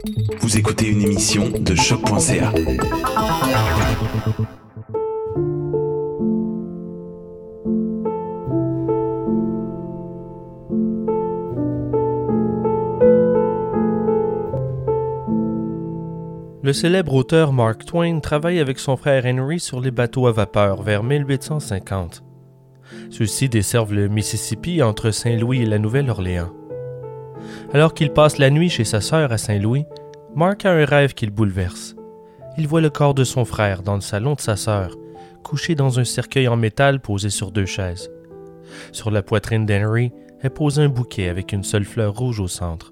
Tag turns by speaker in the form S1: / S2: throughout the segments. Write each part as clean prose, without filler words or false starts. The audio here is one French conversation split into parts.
S1: Vous écoutez une émission de choc.ca.
S2: Le célèbre auteur Mark Twain travaille avec son frère Henry sur les bateaux à vapeur vers 1850. Ceux-ci desservent le Mississippi entre Saint-Louis et la Nouvelle-Orléans. Alors qu'il passe la nuit chez sa sœur à Saint-Louis, Mark a un rêve qui le bouleverse. Il voit le corps de son frère dans le salon de sa sœur, couché dans un cercueil en métal posé sur 2 chaises. Sur la poitrine d'Henry est posé un bouquet avec une seule fleur rouge au centre.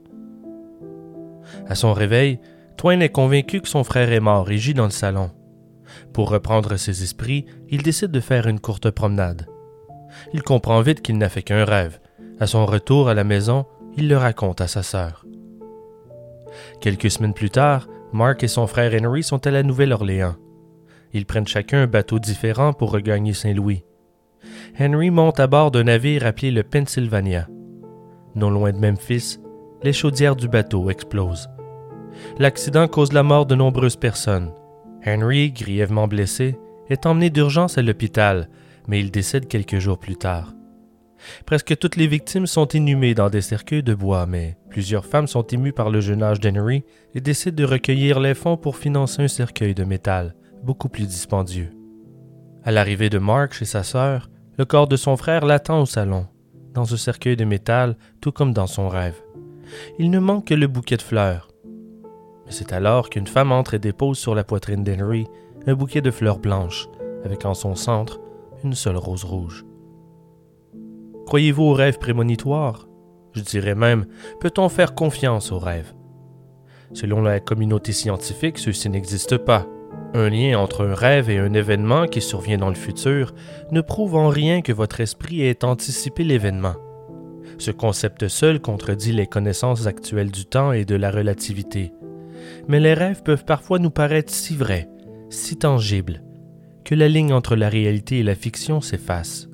S2: À son réveil, Twain est convaincu que son frère est mort et gît dans le salon. Pour reprendre ses esprits, il décide de faire une courte promenade. Il comprend vite qu'il n'a fait qu'un rêve. À son retour à la maison, il le raconte à sa sœur. Quelques semaines plus tard, Mark et son frère Henry sont à la Nouvelle-Orléans. Ils prennent chacun un bateau différent pour regagner Saint-Louis. Henry monte à bord d'un navire appelé le Pennsylvania. Non loin de Memphis, les chaudières du bateau explosent. L'accident cause la mort de nombreuses personnes. Henry, grièvement blessé, est emmené d'urgence à l'hôpital, mais il décède quelques jours plus tard. Presque toutes les victimes sont inhumées dans des cercueils de bois, mais plusieurs femmes sont émues par le jeune âge d'Henry et décident de recueillir les fonds pour financer un cercueil de métal, beaucoup plus dispendieux. À l'arrivée de Mark chez sa sœur, le corps de son frère l'attend au salon, dans un cercueil de métal, tout comme dans son rêve. Il ne manque que le bouquet de fleurs. Mais c'est alors qu'une femme entre et dépose sur la poitrine d'Henry un bouquet de fleurs blanches, avec en son centre une seule rose rouge. Croyez-vous aux rêves prémonitoires? Je dirais même, peut-on faire confiance aux rêves? Selon la communauté scientifique, ceux-ci n'existent pas. Un lien entre un rêve et un événement qui survient dans le futur ne prouve en rien que votre esprit ait anticipé l'événement. Ce concept seul contredit les connaissances actuelles du temps et de la relativité. Mais les rêves peuvent parfois nous paraître si vrais, si tangibles, que la ligne entre la réalité et la fiction s'efface.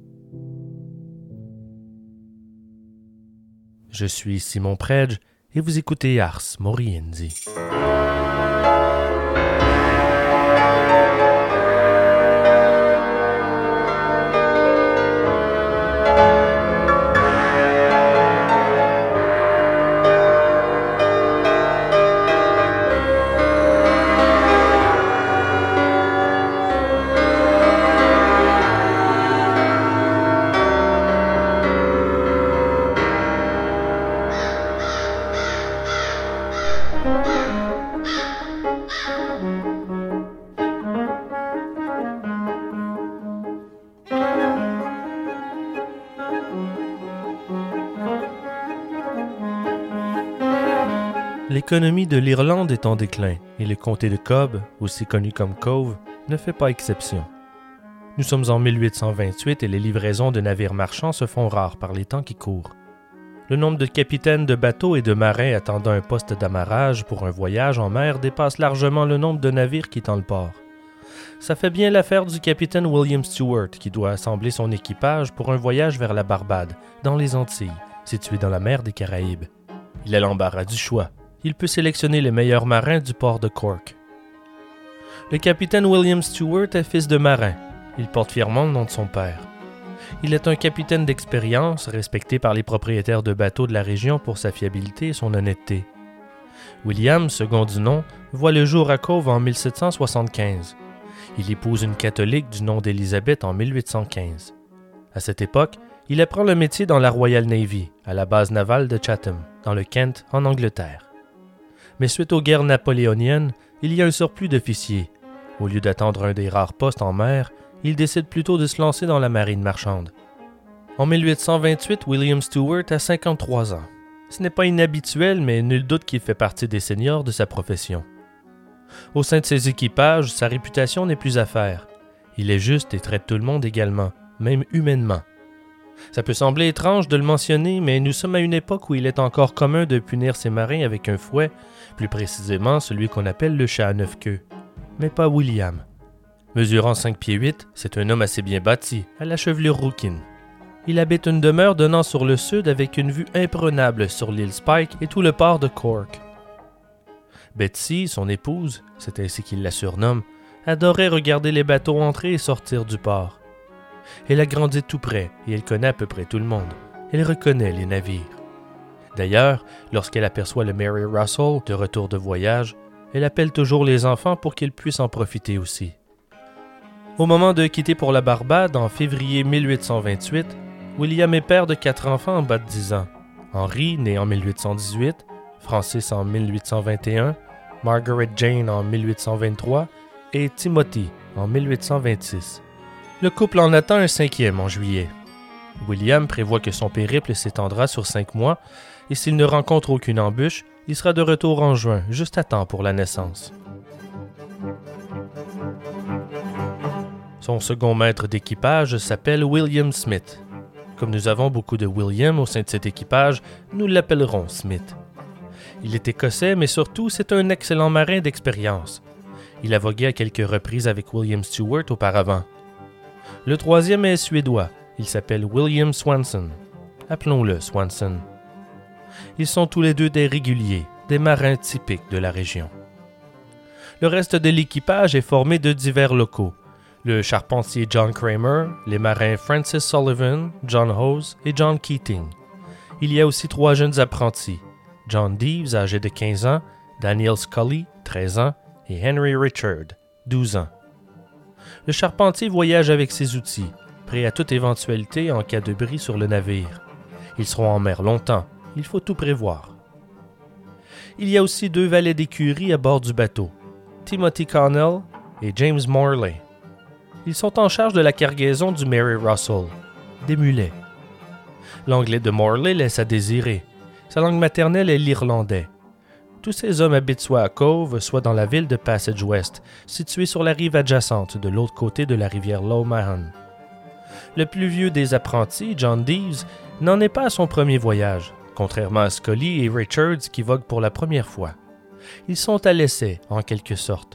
S2: Je suis Simon Predge et vous écoutez Ars Moriendi. L'économie de l'Irlande est en déclin et le comté de Cobb, aussi connu comme Cove, ne fait pas exception. Nous sommes en 1828 et les livraisons de navires marchands se font rares par les temps qui courent. Le nombre de capitaines de bateaux et de marins attendant un poste d'amarrage pour un voyage en mer dépasse largement le nombre de navires quittant le port. Ça fait bien l'affaire du capitaine William Stewart qui doit assembler son équipage pour un voyage vers la Barbade, dans les Antilles, située dans la mer des Caraïbes. Il a l'embarras du choix. Il peut sélectionner les meilleurs marins du port de Cork. Le capitaine William Stewart est fils de marin. Il porte fièrement le nom de son père. Il est un capitaine d'expérience, respecté par les propriétaires de bateaux de la région pour sa fiabilité et son honnêteté. William, second du nom, voit le jour à Cove en 1775. Il épouse une catholique du nom d'Élisabeth en 1815. À cette époque, il apprend le métier dans la Royal Navy, à la base navale de Chatham, dans le Kent, en Angleterre. Mais suite aux guerres napoléoniennes, il y a un surplus d'officiers. Au lieu d'attendre un des rares postes en mer, il décide plutôt de se lancer dans la marine marchande. En 1828, William Stewart a 53 ans. Ce n'est pas inhabituel, mais nul doute qu'il fait partie des seniors de sa profession. Au sein de ses équipages, sa réputation n'est plus à faire. Il est juste et traite tout le monde également, même humainement. Ça peut sembler étrange de le mentionner, mais nous sommes à une époque où il est encore commun de punir ses marins avec un fouet, plus précisément celui qu'on appelle le chat à 9 queues. Mais pas William. Mesurant 5 pieds 8, c'est un homme assez bien bâti, à la chevelure rouquine. Il habite une demeure donnant sur le sud avec une vue imprenable sur l'île Spike et tout le port de Cork. Betsy, son épouse, c'est ainsi qu'il la surnomme, adorait regarder les bateaux entrer et sortir du port. Elle a grandi tout près et elle connaît à peu près tout le monde. Elle reconnaît les navires. D'ailleurs, lorsqu'elle aperçoit le Mary Russell de retour de voyage, elle appelle toujours les enfants pour qu'ils puissent en profiter aussi. Au moment de quitter pour la Barbade, en février 1828, William est père de 4 enfants en bas de 10 ans. Henry, né en 1818, Francis en 1821, Margaret Jane en 1823 et Timothy en 1826. Le couple en attend un 5e en juillet. William prévoit que son périple s'étendra sur 5 mois et s'il ne rencontre aucune embûche, il sera de retour en juin, juste à temps pour la naissance. Son second maître d'équipage s'appelle William Smith. Comme nous avons beaucoup de William au sein de cet équipage, nous l'appellerons Smith. Il est écossais, mais surtout, c'est un excellent marin d'expérience. Il a vogué à quelques reprises avec William Stewart auparavant. Le troisième est suédois. Il s'appelle William Swanson. Appelons-le Swanson. Ils sont tous les deux des réguliers, des marins typiques de la région. Le reste de l'équipage est formé de divers locaux. Le charpentier John Kramer, les marins Francis Sullivan, John Hose et John Keating. Il y a aussi 3 jeunes apprentis, John Deaves, âgé de 15 ans, Daniel Scully, 13 ans, et Henry Richard, 12 ans. Le charpentier voyage avec ses outils, prêt à toute éventualité en cas de bris sur le navire. Ils seront en mer longtemps, il faut tout prévoir. Il y a aussi 2 valets d'écurie à bord du bateau, Timothy Connell et James Morley. Ils sont en charge de la cargaison du Mary Russell, des mulets. L'anglais de Morley laisse à désirer. Sa langue maternelle est l'irlandais. Tous ces hommes habitent soit à Cove, soit dans la ville de Passage West, située sur la rive adjacente de l'autre côté de la rivière Lough Mahon. Le plus vieux des apprentis, John Deaves, n'en est pas à son premier voyage, contrairement à Scully et Richards qui voguent pour la première fois. Ils sont à l'essai, en quelque sorte.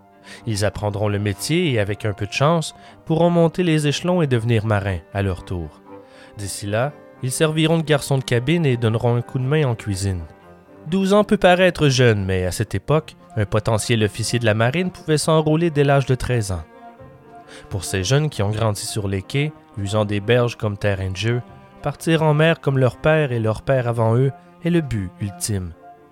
S2: Ils apprendront le métier et, avec un peu de chance, pourront monter les échelons et devenir marins à leur tour. D'ici là, ils serviront de garçons de cabine et donneront un coup de main en cuisine. 12 ans peut paraître jeune, mais à cette époque, un potentiel officier de la marine pouvait s'enrôler dès l'âge de 13 ans. Pour ces jeunes qui ont grandi sur les quais, usant des berges comme terrain de jeu, partir en mer comme leur père et leur père avant eux est le but ultime.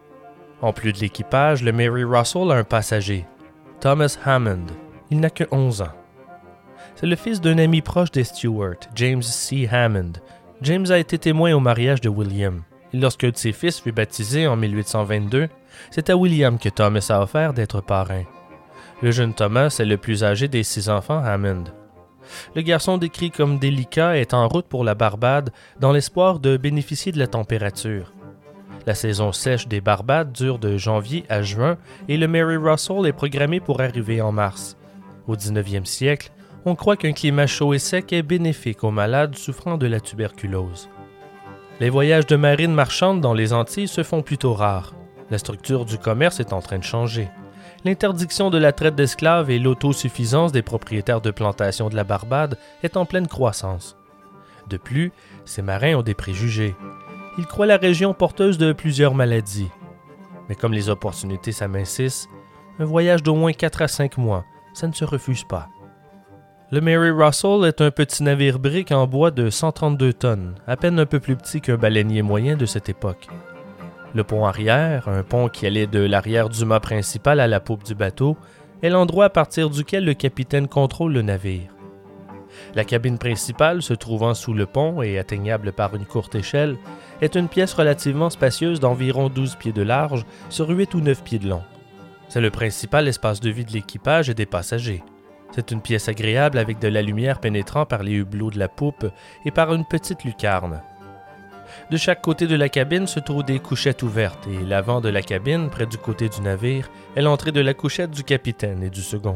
S2: En plus de l'équipage, le Mary Russell a un passager, Thomas Hammond. Il n'a que 11 ans. C'est le fils d'un ami proche des Stewart, James C. Hammond. James a été témoin au mariage de William. Et lorsqu'un de ses fils fut baptisé en 1822, c'est à William que Thomas a offert d'être parrain. Le jeune Thomas est le plus âgé des 6 enfants Hammond. Le garçon décrit comme délicat est en route pour la Barbade dans l'espoir de bénéficier de la température. La saison sèche des Barbades dure de janvier à juin et le Mary Russell est programmé pour arriver en mars. Au 19e siècle, on croit qu'un climat chaud et sec est bénéfique aux malades souffrant de la tuberculose. Les voyages de marine marchande dans les Antilles se font plutôt rares. La structure du commerce est en train de changer. L'interdiction de la traite d'esclaves et l'autosuffisance des propriétaires de plantations de la Barbade est en pleine croissance. De plus, ces marins ont des préjugés. Ils croient la région porteuse de plusieurs maladies. Mais comme les opportunités s'amincissent, un voyage d'au moins 4 à 5 mois, ça ne se refuse pas. Le Mary Russell est un petit navire brick en bois de 132 tonnes, à peine un peu plus petit qu'un baleinier moyen de cette époque. Le pont arrière, un pont qui allait de l'arrière du mât principal à la poupe du bateau, est l'endroit à partir duquel le capitaine contrôle le navire. La cabine principale, se trouvant sous le pont et atteignable par une courte échelle, est une pièce relativement spacieuse d'environ 12 pieds de large sur 8 ou 9 pieds de long. C'est le principal espace de vie de l'équipage et des passagers. C'est une pièce agréable avec de la lumière pénétrant par les hublots de la poupe et par une petite lucarne. De chaque côté de la cabine se trouvent des couchettes ouvertes et l'avant de la cabine, près du côté du navire, est l'entrée de la couchette du capitaine et du second.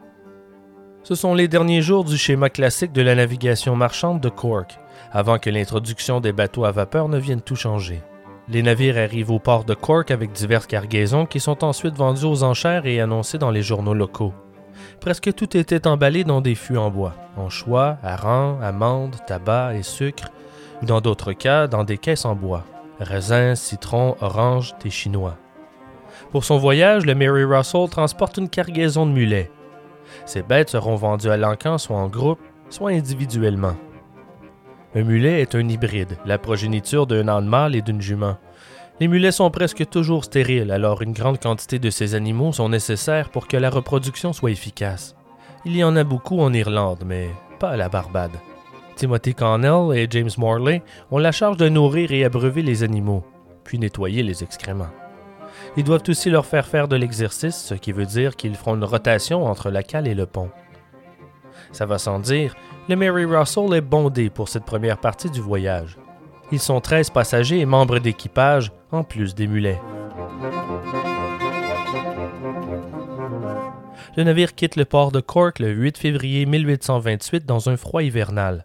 S2: Ce sont les derniers jours du schéma classique de la navigation marchande de Cork, avant que l'introduction des bateaux à vapeur ne vienne tout changer. Les navires arrivent au port de Cork avec diverses cargaisons qui sont ensuite vendues aux enchères et annoncées dans les journaux locaux. Presque tout était emballé dans des fûts en bois, anchois, harengs, amandes, tabac et sucre, ou dans d'autres cas, dans des caisses en bois, raisins, citrons, oranges, thé chinois. Pour son voyage, le Mary Russell transporte une cargaison de mulets. Ces bêtes seront vendues à l'encan soit en groupe, soit individuellement. Un mulet est un hybride, la progéniture d'un âne mâle et d'une jument. Les mulets sont presque toujours stériles, alors une grande quantité de ces animaux sont nécessaires pour que la reproduction soit efficace. Il y en a beaucoup en Irlande, mais pas à la Barbade. Timothy Connell et James Morley ont la charge de nourrir et abreuver les animaux, puis nettoyer les excréments. Ils doivent aussi leur faire de l'exercice, ce qui veut dire qu'ils feront une rotation entre la cale et le pont. Ça va sans dire, le Mary Russell est bondé pour cette première partie du voyage. Ils sont 13 passagers et membres d'équipage, en plus des mulets. Le navire quitte le port de Cork le 8 février 1828 dans un froid hivernal.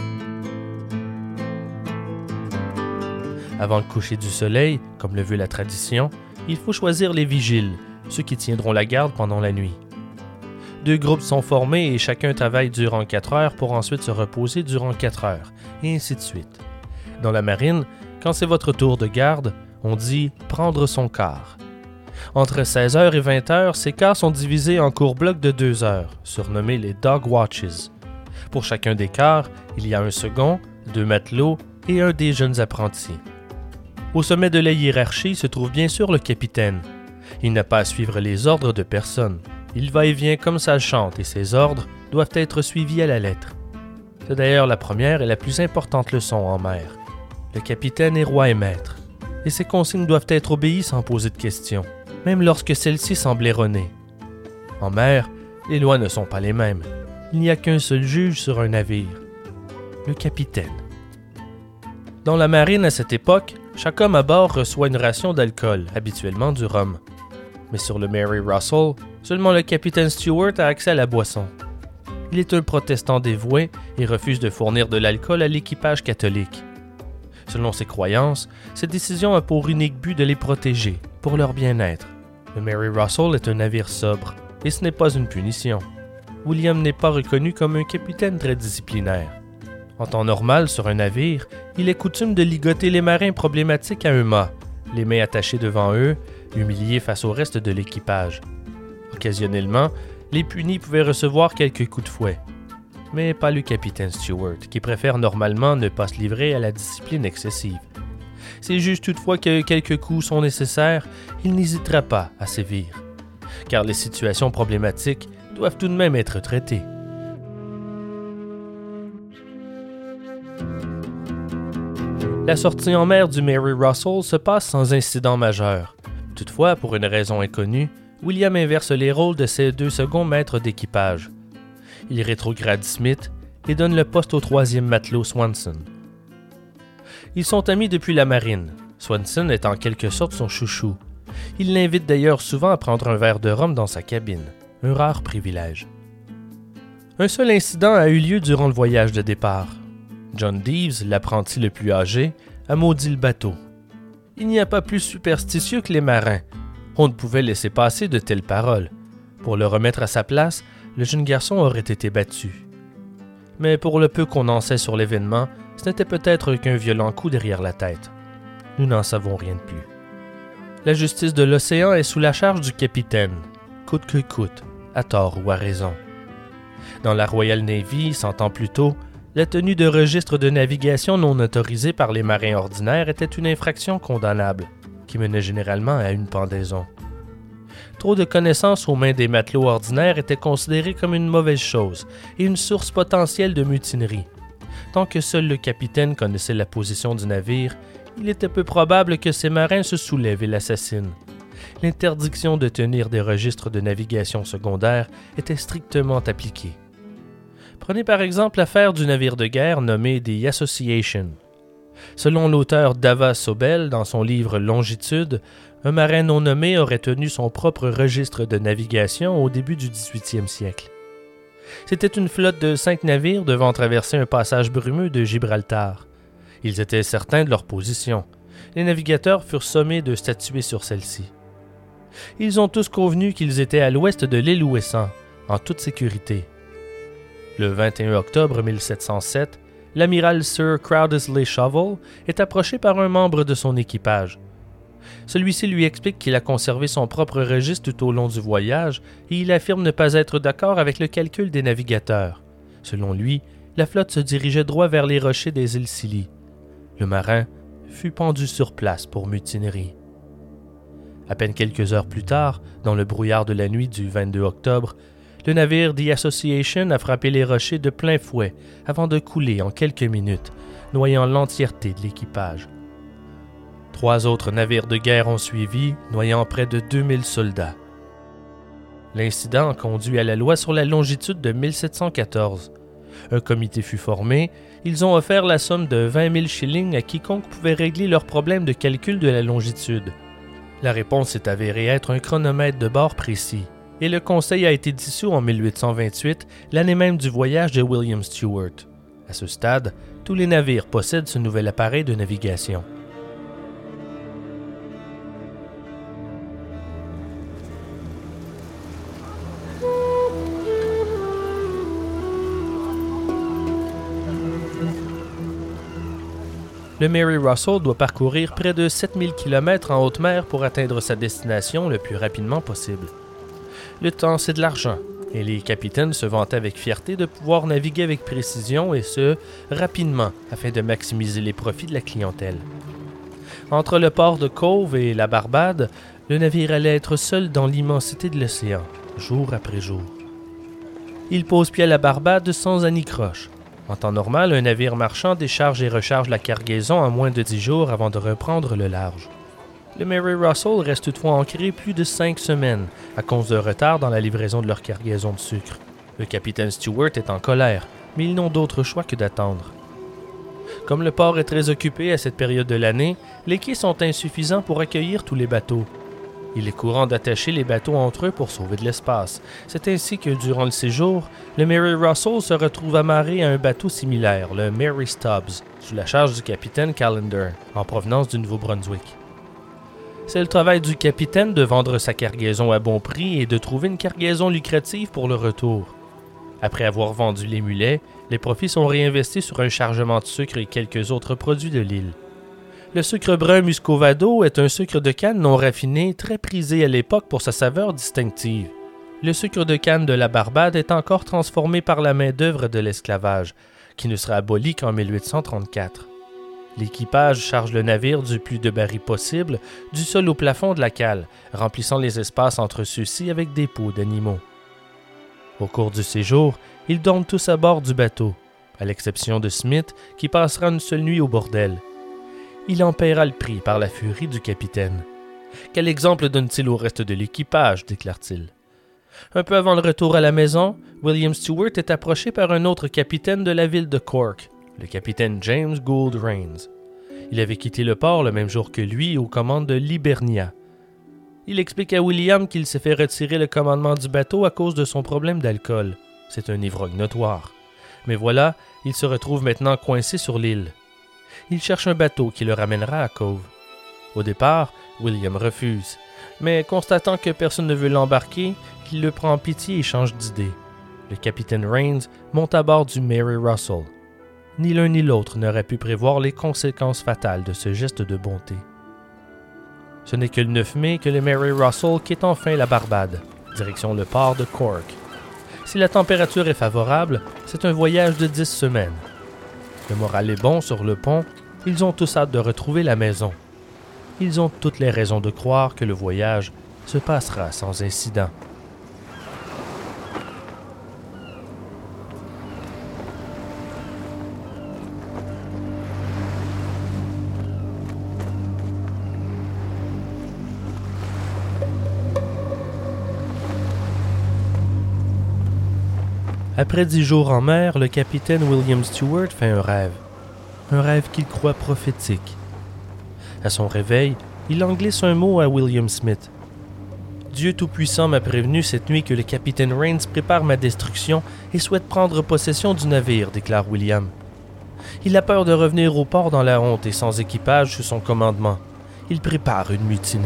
S2: Avant le coucher du soleil, comme le veut la tradition, il faut choisir les vigiles, ceux qui tiendront la garde pendant la nuit. 2 groupes sont formés et chacun travaille durant 4 heures pour ensuite se reposer durant 4 heures, et ainsi de suite. Dans la marine, quand c'est votre tour de garde, on dit « prendre son quart ». Entre 16h et 20h, ces quarts sont divisés en courts blocs de 2 heures, surnommés les « dog watches ». Pour chacun des quarts, il y a un second, 2 matelots et un des jeunes apprentis. Au sommet de la hiérarchie se trouve bien sûr le capitaine. Il n'a pas à suivre les ordres de personne. Il va et vient comme ça le chante et ses ordres doivent être suivis à la lettre. C'est d'ailleurs la première et la plus importante leçon en mer. Le capitaine est roi et maître, et ses consignes doivent être obéies sans poser de questions, même lorsque celles-ci semblent erronées. En mer, les lois ne sont pas les mêmes. Il n'y a qu'un seul juge sur un navire, le capitaine. Dans la marine à cette époque, chaque homme à bord reçoit une ration d'alcool, habituellement du rhum. Mais sur le Mary Russell, seulement le capitaine Stewart a accès à la boisson. Il est un protestant dévoué et refuse de fournir de l'alcool à l'équipage catholique. Selon ses croyances, cette décision a pour unique but de les protéger, pour leur bien-être. Le Mary Russell est un navire sobre, et ce n'est pas une punition. William n'est pas reconnu comme un capitaine très disciplinaire. En temps normal, sur un navire, il est coutume de ligoter les marins problématiques à un mât, les mains attachées devant eux, humiliés face au reste de l'équipage. Occasionnellement, les punis pouvaient recevoir quelques coups de fouet. Mais pas le capitaine Stewart, qui préfère normalement ne pas se livrer à la discipline excessive. S'il juge toutefois que quelques coups sont nécessaires, il n'hésitera pas à sévir, car les situations problématiques doivent tout de même être traitées. La sortie en mer du Mary Russell se passe sans incident majeur. Toutefois, pour une raison inconnue, William inverse les rôles de ses 2 seconds maîtres d'équipage. Il rétrograde Smith et donne le poste au 3e matelot Swanson. Ils sont amis depuis la marine, Swanson est en quelque sorte son chouchou. Il l'invite d'ailleurs souvent à prendre un verre de rhum dans sa cabine, un rare privilège. Un seul incident a eu lieu durant le voyage de départ. John Deaves, l'apprenti le plus âgé, a maudit le bateau. Il n'y a pas plus superstitieux que les marins. On ne pouvait laisser passer de telles paroles. Pour le remettre à sa place, le jeune garçon aurait été battu. Mais pour le peu qu'on en sait sur l'événement, ce n'était peut-être qu'un violent coup derrière la tête. Nous n'en savons rien de plus. La justice de l'océan est sous la charge du capitaine, coûte que coûte, à tort ou à raison. Dans la Royal Navy, 100 ans plus tôt, la tenue de registre de navigation non autorisé par les marins ordinaires était une infraction condamnable, qui menait généralement à une pendaison. Trop de connaissances aux mains des matelots ordinaires était considéré comme une mauvaise chose et une source potentielle de mutinerie. Tant que seul le capitaine connaissait la position du navire, il était peu probable que ses marins se soulèvent et l'assassinent. L'interdiction de tenir des registres de navigation secondaires était strictement appliquée. Prenez par exemple l'affaire du navire de guerre nommé The Association. Selon l'auteur Dava Sobel dans son livre Longitude, un marin non nommé aurait tenu son propre registre de navigation au début du 18e siècle. C'était une flotte de 5 navires devant traverser un passage brumeux de Gibraltar. Ils étaient certains de leur position. Les navigateurs furent sommés de statuer sur celle-ci. Ils ont tous convenu qu'ils étaient à l'ouest de l'île Ouessant, en toute sécurité. Le 21 octobre 1707, l'amiral Sir Crowdesley Shovel est approché par un membre de son équipage. Celui-ci lui explique qu'il a conservé son propre registre tout au long du voyage et il affirme ne pas être d'accord avec le calcul des navigateurs. Selon lui, la flotte se dirigeait droit vers les rochers des îles Scilly. Le marin fut pendu sur place pour mutinerie. À peine quelques heures plus tard, dans le brouillard de la nuit du 22 octobre, le navire The Association a frappé les rochers de plein fouet avant de couler en quelques minutes, noyant l'entièreté de l'équipage. 3 autres navires de guerre ont suivi, noyant près de 2000 soldats. L'incident conduit à la loi sur la longitude de 1714. Un comité fut formé, ils ont offert la somme de 20 000 shillings à quiconque pouvait régler leurs problèmes de calcul de la longitude. La réponse s'est avérée être un chronomètre de bord précis, et le conseil a été dissous en 1828, l'année même du voyage de William Stewart. À ce stade, tous les navires possèdent ce nouvel appareil de navigation. Le Mary Russell doit parcourir près de 7000 km en haute mer pour atteindre sa destination le plus rapidement possible. Le temps, c'est de l'argent, et les capitaines se vantaient avec fierté de pouvoir naviguer avec précision et ce, rapidement, afin de maximiser les profits de la clientèle. Entre le port de Cove et la Barbade, le navire allait être seul dans l'immensité de l'océan, jour après jour. Il pose pied à la Barbade sans anicroche. En temps normal, un navire marchand décharge et recharge la cargaison en moins de 10 jours avant de reprendre le large. Le Mary Russell reste toutefois ancré plus de 5 semaines à cause de retard dans la livraison de leur cargaison de sucre. Le capitaine Stewart est en colère, mais ils n'ont d'autre choix que d'attendre. Comme le port est très occupé à cette période de l'année, les quais sont insuffisants pour accueillir tous les bateaux. Il est courant d'attacher les bateaux entre eux pour sauver de l'espace. C'est ainsi que, durant le séjour, le Mary Russell se retrouve amarré à un bateau similaire, le Mary Stubbs, sous la charge du capitaine Callender, en provenance du Nouveau-Brunswick. C'est le travail du capitaine de vendre sa cargaison à bon prix et de trouver une cargaison lucrative pour le retour. Après avoir vendu les mulets, les profits sont réinvestis sur un chargement de sucre et quelques autres produits de l'île. Le sucre brun muscovado est un sucre de canne non raffiné très prisé à l'époque pour sa saveur distinctive. Le sucre de canne de la Barbade est encore transformé par la main-d'œuvre de l'esclavage, qui ne sera aboli qu'en 1834. L'équipage charge le navire du plus de barils possible, du sol au plafond de la cale, remplissant les espaces entre ceux-ci avec des peaux d'animaux. Au cours du séjour, ils dorment tous à bord du bateau, à l'exception de Smith, qui passera une seule nuit au bordel. Il en paiera le prix par la furie du capitaine. « Quel exemple donne-t-il au reste de l'équipage » déclare-t-il. Un peu avant le retour à la maison, William Stewart est approché par un autre capitaine de la ville de Cork, le capitaine James Gould Rains. Il avait quitté le port le même jour que lui aux commandes de l'Hibernia. Il explique à William qu'il s'est fait retirer le commandement du bateau à cause de son problème d'alcool. C'est un ivrogne notoire. Mais voilà, il se retrouve maintenant coincé sur l'île. Il cherche un bateau qui le ramènera à Cove. Au départ, William refuse, mais constatant que personne ne veut l'embarquer, il le prend en pitié et change d'idée. Le capitaine Rains monte à bord du Mary Russell. Ni l'un ni l'autre n'aurait pu prévoir les conséquences fatales de ce geste de bonté. Ce n'est que le 9 mai que le Mary Russell quitte enfin la Barbade, direction le port de Cork. Si la température est favorable, c'est un voyage de 10 semaines. Le moral est bon sur le pont, ils ont tous hâte de retrouver la maison. Ils ont toutes les raisons de croire que le voyage se passera sans incident. Après 10 jours en mer, le capitaine William Stewart fait un rêve qu'il croit prophétique. À son réveil, il en glisse un mot à William Smith. « Dieu Tout-Puissant m'a prévenu cette nuit que le capitaine Rains prépare ma destruction et souhaite prendre possession du navire, déclare William. Il a peur de revenir au port dans la honte et sans équipage sous son commandement. Il prépare une mutinerie. »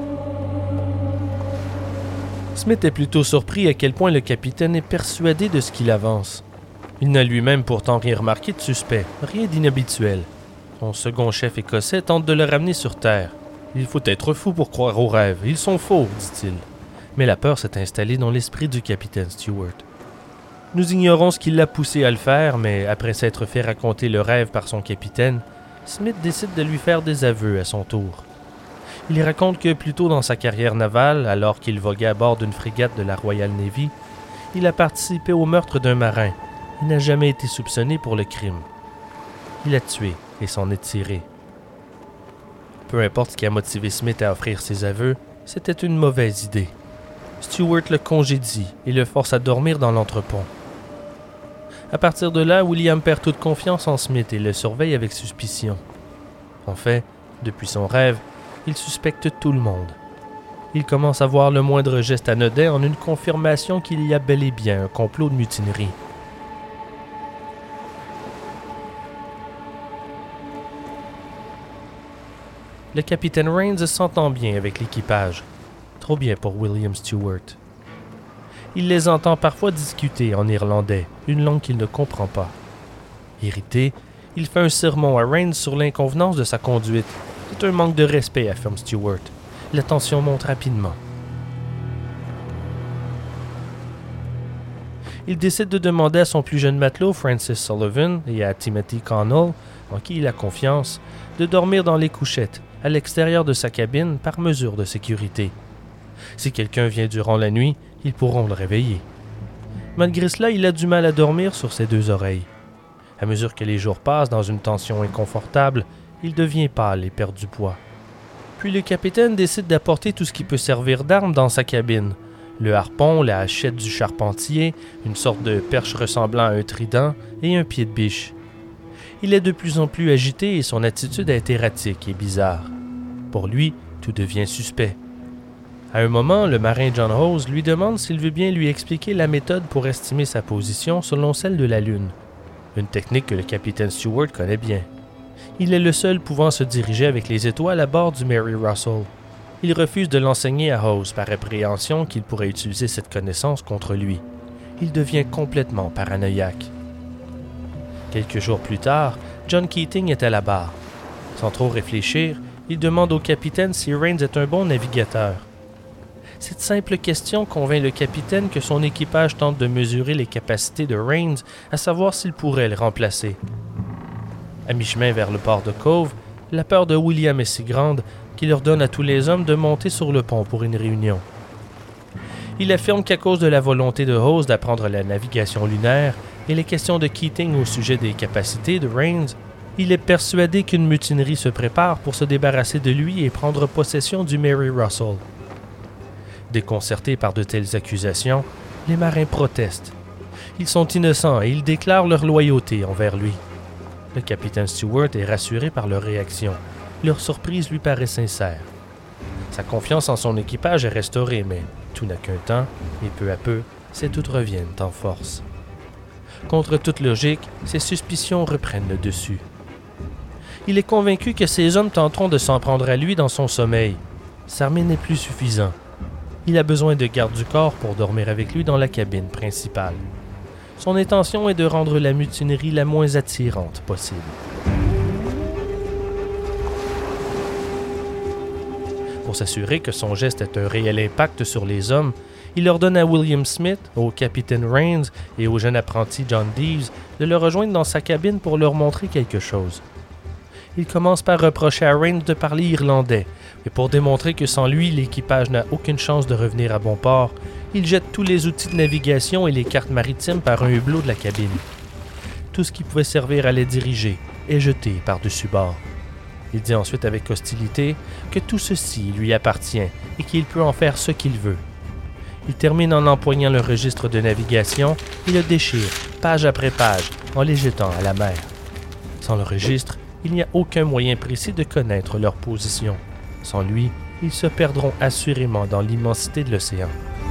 S2: Smith est plutôt surpris à quel point le capitaine est persuadé de ce qu'il avance. Il n'a lui-même pourtant rien remarqué de suspect, rien d'inhabituel. Son second chef écossais tente de le ramener sur terre. Il faut être fou pour croire aux rêves. Ils sont faux, dit-il. Mais la peur s'est installée dans l'esprit du capitaine Stewart. Nous ignorons ce qui l'a poussé à le faire, mais après s'être fait raconter le rêve par son capitaine, Smith décide de lui faire des aveux à son tour. Il raconte que plus tôt dans sa carrière navale, alors qu'il voguait à bord d'une frégate de la Royal Navy, il a participé au meurtre d'un marin et n'a jamais été soupçonné pour le crime. Il a tué et s'en est tiré. Peu importe ce qui a motivé Smith à offrir ses aveux, c'était une mauvaise idée. Stewart le congédie et le force à dormir dans l'entrepont. À partir de là, William perd toute confiance en Smith et le surveille avec suspicion. En fait, depuis son rêve, il suspecte tout le monde. Il commence à voir le moindre geste anodin en une confirmation qu'il y a bel et bien un complot de mutinerie. Le capitaine Rains s'entend bien avec l'équipage. Trop bien pour William Stewart. Il les entend parfois discuter en irlandais, une langue qu'il ne comprend pas. Irrité, il fait un sermon à Rains sur l'inconvenance de sa conduite. C'est un manque de respect, affirme Stewart. La tension monte rapidement. Il décide de demander à son plus jeune matelot, Francis Sullivan, et à Timothy Connell, en qui il a confiance, de dormir dans les couchettes, à l'extérieur de sa cabine, par mesure de sécurité. Si quelqu'un vient durant la nuit, ils pourront le réveiller. Malgré cela, il a du mal à dormir sur ses deux oreilles. À mesure que les jours passent dans une tension inconfortable, il devient pâle et perd du poids. Puis le capitaine décide d'apporter tout ce qui peut servir d'arme dans sa cabine. Le harpon, la hachette du charpentier, une sorte de perche ressemblant à un trident et un pied de biche. Il est de plus en plus agité et son attitude est erratique et bizarre. Pour lui, tout devient suspect. À un moment, le marin John Hose lui demande s'il veut bien lui expliquer la méthode pour estimer sa position selon celle de la Lune. Une technique que le capitaine Stewart connaît bien. Il est le seul pouvant se diriger avec les étoiles à bord du Mary Russell. Il refuse de l'enseigner à Hose par appréhension qu'il pourrait utiliser cette connaissance contre lui. Il devient complètement paranoïaque. Quelques jours plus tard, John Keating est à la barre. Sans trop réfléchir, il demande au capitaine si Rains est un bon navigateur. Cette simple question convainc le capitaine que son équipage tente de mesurer les capacités de Rains, à savoir s'il pourrait le remplacer. À mi-chemin vers le port de Cove, la peur de William est si grande qu'il ordonne à tous les hommes de monter sur le pont pour une réunion. Il affirme qu'à cause de la volonté de Hose d'apprendre la navigation lunaire et les questions de Keating au sujet des capacités de Rains, il est persuadé qu'une mutinerie se prépare pour se débarrasser de lui et prendre possession du Mary Russell. Déconcertés par de telles accusations, les marins protestent. Ils sont innocents et ils déclarent leur loyauté envers lui. Le capitaine Stewart est rassuré par leur réaction. Leur surprise lui paraît sincère. Sa confiance en son équipage est restaurée, mais tout n'a qu'un temps, et peu à peu, ses doutes reviennent en force. Contre toute logique, ses suspicions reprennent le dessus. Il est convaincu que ces hommes tenteront de s'en prendre à lui dans son sommeil. S'armer n'est plus suffisant. Il a besoin de garde du corps pour dormir avec lui dans la cabine principale. Son intention est de rendre la mutinerie la moins attirante possible. Pour s'assurer que son geste ait un réel impact sur les hommes, il ordonne à William Smith, au capitaine Rains et au jeune apprenti John Deves de le rejoindre dans sa cabine pour leur montrer quelque chose. Il commence par reprocher à Rains de parler irlandais, et pour démontrer que sans lui, l'équipage n'a aucune chance de revenir à bon port, il jette tous les outils de navigation et les cartes maritimes par un hublot de la cabine. Tout ce qui pouvait servir à les diriger est jeté par-dessus bord. Il dit ensuite avec hostilité que tout ceci lui appartient et qu'il peut en faire ce qu'il veut. Il termine en empoignant le registre de navigation et le déchire, page après page, en les jetant à la mer. Sans le registre, il n'y a aucun moyen précis de connaître leur position. Sans lui, ils se perdront assurément dans l'immensité de l'océan.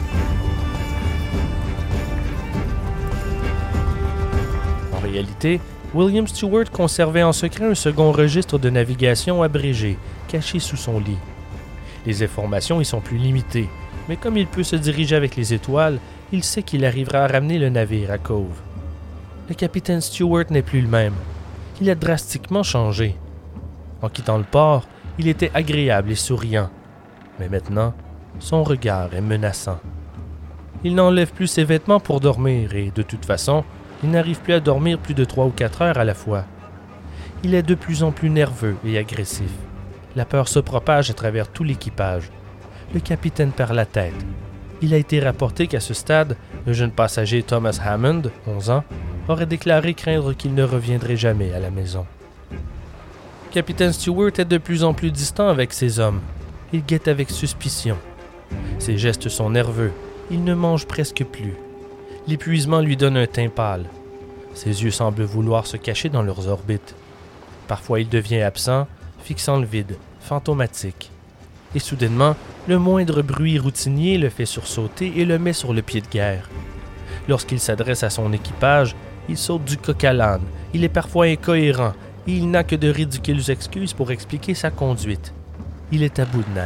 S2: En réalité, William Stewart conservait en secret un second registre de navigation abrégé, caché sous son lit. Les informations y sont plus limitées, mais comme il peut se diriger avec les étoiles, il sait qu'il arrivera à ramener le navire à Cove. Le capitaine Stewart n'est plus le même. Il a drastiquement changé. En quittant le port, Il était agréable et souriant, mais maintenant, son regard est menaçant. Il n'enlève plus ses vêtements pour dormir et, de toute façon, il n'arrive plus à dormir plus de 3 ou 4 heures à la fois. Il est de plus en plus nerveux et agressif. La peur se propage à travers tout l'équipage. Le capitaine perd la tête. Il a été rapporté qu'à ce stade, le jeune passager Thomas Hammond, 11 ans, aurait déclaré craindre qu'il ne reviendrait jamais à la maison. Capitaine Stewart est de plus en plus distant avec ses hommes. Il guette avec suspicion. Ses gestes sont nerveux. Il ne mange presque plus. L'épuisement lui donne un teint pâle. Ses yeux semblent vouloir se cacher dans leurs orbites. Parfois il devient absent, fixant le vide, fantomatique. Et soudainement, le moindre bruit routinier le fait sursauter et le met sur le pied de guerre. Lorsqu'il s'adresse à son équipage, il saute du coq à l'âne, il est parfois incohérent et il n'a que de ridicules excuses pour expliquer sa conduite. Il est à bout de nerfs.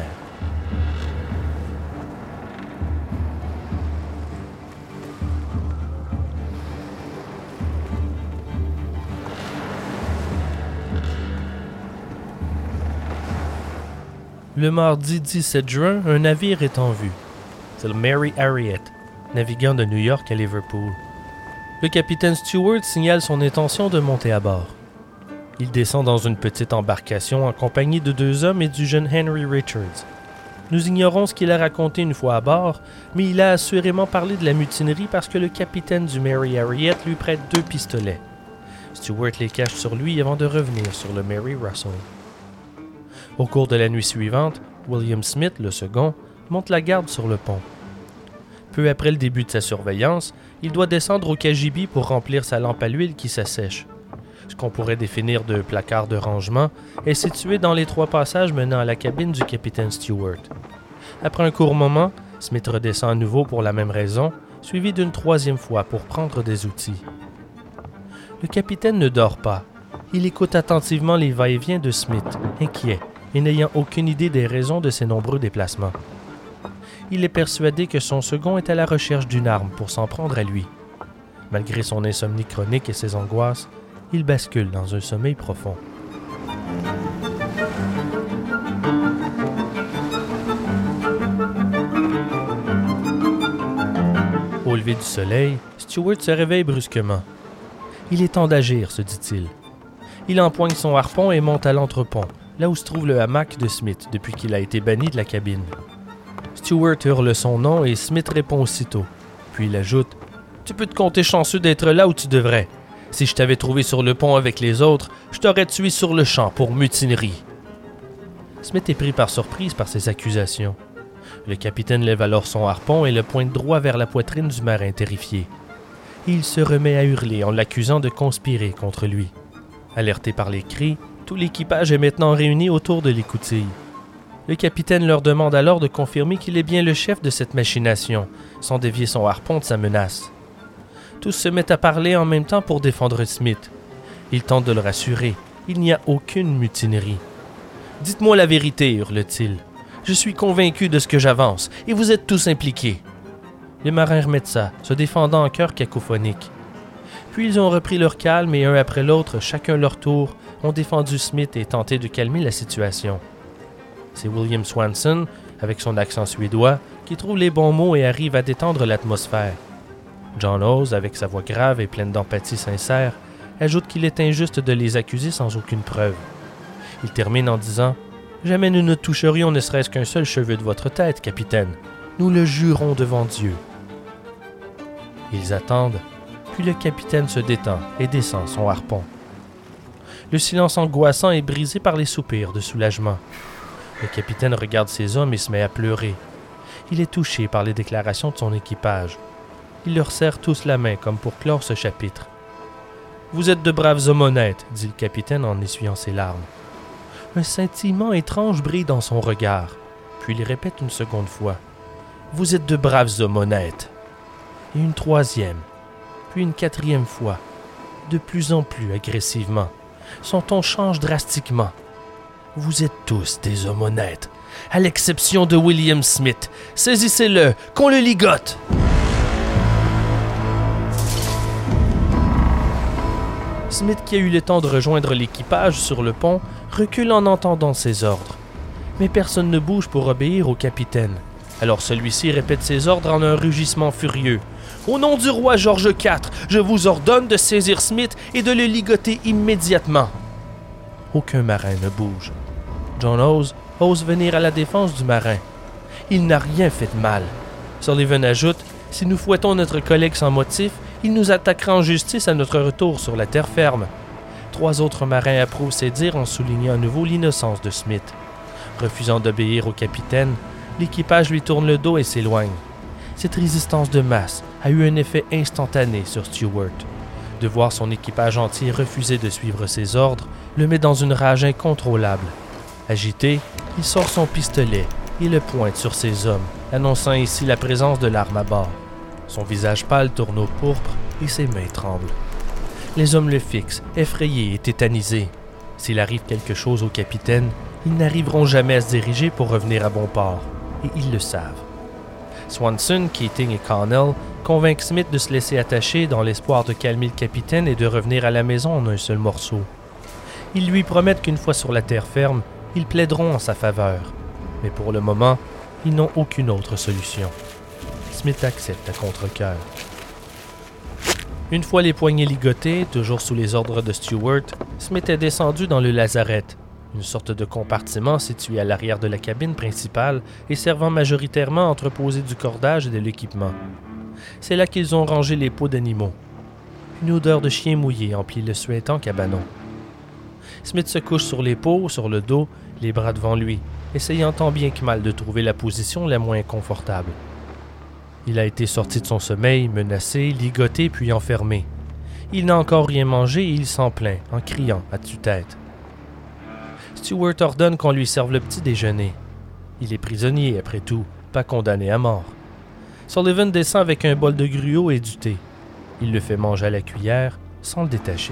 S2: Le mardi 17 juin, un navire est en vue. C'est le Mary Harriet, naviguant de New York à Liverpool. Le capitaine Stewart signale son intention de monter à bord. Il descend dans une petite embarcation en compagnie de 2 hommes et du jeune Henry Richards. Nous ignorons ce qu'il a raconté une fois à bord, mais il a assurément parlé de la mutinerie parce que le capitaine du Mary Harriet lui prête 2 pistolets. Stewart les cache sur lui avant de revenir sur le Mary Russell. Au cours de la nuit suivante, William Smith, le second, monte la garde sur le pont. Peu après le début de sa surveillance, il doit descendre au cagibi pour remplir sa lampe à l'huile qui s'assèche. Ce qu'on pourrait définir de placard de rangement est situé dans les 3 passages menant à la cabine du capitaine Stewart. Après un court moment, Smith redescend à nouveau pour la même raison, suivi d'une 3e fois pour prendre des outils. Le capitaine ne dort pas. Il écoute attentivement les va-et-vient de Smith, inquiet, et n'ayant aucune idée des raisons de ses nombreux déplacements. Il est persuadé que son second est à la recherche d'une arme pour s'en prendre à lui. Malgré son insomnie chronique et ses angoisses, il bascule dans un sommeil profond. Au lever du soleil, Stewart se réveille brusquement. Il est temps d'agir, se dit-il. Il empoigne son harpon et monte à l'entrepont, là où se trouve le hamac de Smith depuis qu'il a été banni de la cabine. Stewart hurle son nom et Smith répond aussitôt. Puis il ajoute « Tu peux te compter chanceux d'être là où tu devrais. Si je t'avais trouvé sur le pont avec les autres, je t'aurais tué sur le champ pour mutinerie. » Smith est pris par surprise par ces accusations. Le capitaine lève alors son harpon et le pointe droit vers la poitrine du marin terrifié. Et il se remet à hurler en l'accusant de conspirer contre lui. Alerté par les cris, tout l'équipage est maintenant réuni autour de l'écoutille. Le capitaine leur demande alors de confirmer qu'il est bien le chef de cette machination, sans dévier son harpon de sa menace. Tous se mettent à parler en même temps pour défendre Smith. Il tente de le rassurer. Il n'y a aucune mutinerie. « Dites-moi la vérité, hurle-t-il. Je suis convaincu de ce que j'avance, et vous êtes tous impliqués. » Les marins remettent ça, se défendant en chœur cacophonique. Puis ils ont repris leur calme et un après l'autre, chacun leur tour, ont défendu Smith et tenté de calmer la situation. C'est William Swanson, avec son accent suédois, qui trouve les bons mots et arrive à détendre l'atmosphère. John Hawes, avec sa voix grave et pleine d'empathie sincère, ajoute qu'il est injuste de les accuser sans aucune preuve. Il termine en disant « Jamais nous ne toucherions ne serait-ce qu'un seul cheveu de votre tête, capitaine. Nous le jurons devant Dieu. » Ils attendent, puis le capitaine se détend et descend son harpon. Le silence angoissant est brisé par les soupirs de soulagement. Le capitaine regarde ses hommes et se met à pleurer. Il est touché par les déclarations de son équipage. Il leur serre tous la main comme pour clore ce chapitre. « Vous êtes de braves hommes honnêtes, » dit le capitaine en essuyant ses larmes. Un scintillement étrange brille dans son regard, puis il répète une seconde fois. « Vous êtes de braves hommes honnêtes. » Et une 3e, puis une 4e fois, de plus en plus agressivement. Son ton change drastiquement. « Vous êtes tous des hommes honnêtes, à l'exception de William Smith. Saisissez-le, qu'on le ligote! » Smith, qui a eu le temps de rejoindre l'équipage sur le pont, recule en entendant ses ordres. Mais personne ne bouge pour obéir au capitaine. Alors celui-ci répète ses ordres en un rugissement furieux. « Au nom du roi George IV, je vous ordonne de saisir Smith et de le ligoter immédiatement. » Aucun marin ne bouge. John ose venir à la défense du marin. Il n'a rien fait de mal. Sullivan ajoute « Si nous fouettons notre collègue sans motif, il nous attaquera en justice à notre retour sur la terre ferme. » 3 autres marins approuvent ces dires en soulignant à nouveau l'innocence de Smith. Refusant d'obéir au capitaine, l'équipage lui tourne le dos et s'éloigne. Cette résistance de masse a eu un effet instantané sur Stewart. De voir son équipage entier refuser de suivre ses ordres le met dans une rage incontrôlable. Agité, il sort son pistolet et le pointe sur ses hommes, annonçant ainsi la présence de l'arme à bord. Son visage pâle tourne au pourpre et ses mains tremblent. Les hommes le fixent, effrayés et tétanisés. S'il arrive quelque chose au capitaine, ils n'arriveront jamais à se diriger pour revenir à bon port, et ils le savent. Swanson, Keating et Connell convainquent Smith de se laisser attacher dans l'espoir de calmer le capitaine et de revenir à la maison en un seul morceau. Ils lui promettent qu'une fois sur la terre ferme, ils plaideront en sa faveur. Mais pour le moment, ils n'ont aucune autre solution. Smith accepte à contre-cœur. Une fois les poignets ligotés, toujours sous les ordres de Stewart, Smith est descendu dans le lazaret, une sorte de compartiment situé à l'arrière de la cabine principale et servant majoritairement à entreposer du cordage et de l'équipement. C'est là qu'ils ont rangé les peaux d'animaux. Une odeur de chien mouillé emplit le suintant cabanon. Smith se couche sur les peaux, sur le dos, les bras devant lui, essayant tant bien que mal de trouver la position la moins confortable. Il a été sorti de son sommeil, menacé, ligoté puis enfermé. Il n'a encore rien mangé et il s'en plaint, en criant à tue-tête. Stewart ordonne qu'on lui serve le petit déjeuner. Il est prisonnier, après tout, pas condamné à mort. Sullivan descend avec un bol de gruau et du thé. Il le fait manger à la cuillère, sans le détacher.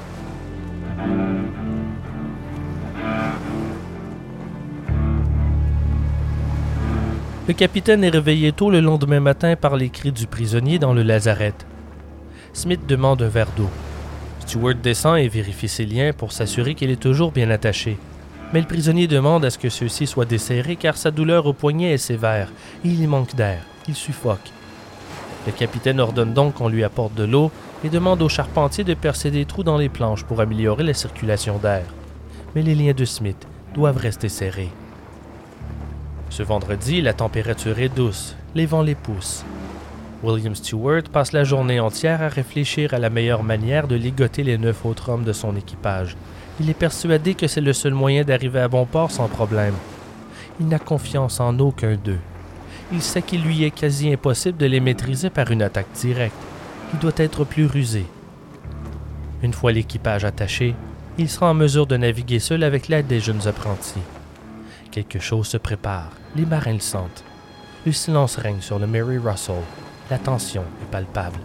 S2: Le capitaine est réveillé tôt le lendemain matin par les cris du prisonnier dans le lazaret. Smith demande un verre d'eau. Stewart descend et vérifie ses liens pour s'assurer qu'il est toujours bien attaché. Mais le prisonnier demande à ce que ceux-ci soient desserrés car sa douleur au poignet est sévère et il manque d'air. Il suffoque. Le capitaine ordonne donc qu'on lui apporte de l'eau et demande au charpentier de percer des trous dans les planches pour améliorer la circulation d'air. Mais les liens de Smith doivent rester serrés. Ce vendredi, la température est douce, les vents les poussent. William Stewart passe la journée entière à réfléchir à la meilleure manière de ligoter les 9 autres hommes de son équipage. Il est persuadé que c'est le seul moyen d'arriver à bon port sans problème. Il n'a confiance en aucun d'eux. Il sait qu'il lui est quasi impossible de les maîtriser par une attaque directe. Il doit être plus rusé. Une fois l'équipage attaché, il sera en mesure de naviguer seul avec l'aide des jeunes apprentis. Quelque chose se prépare, les marins le sentent. Le silence règne sur le Mary Russell. La tension est palpable.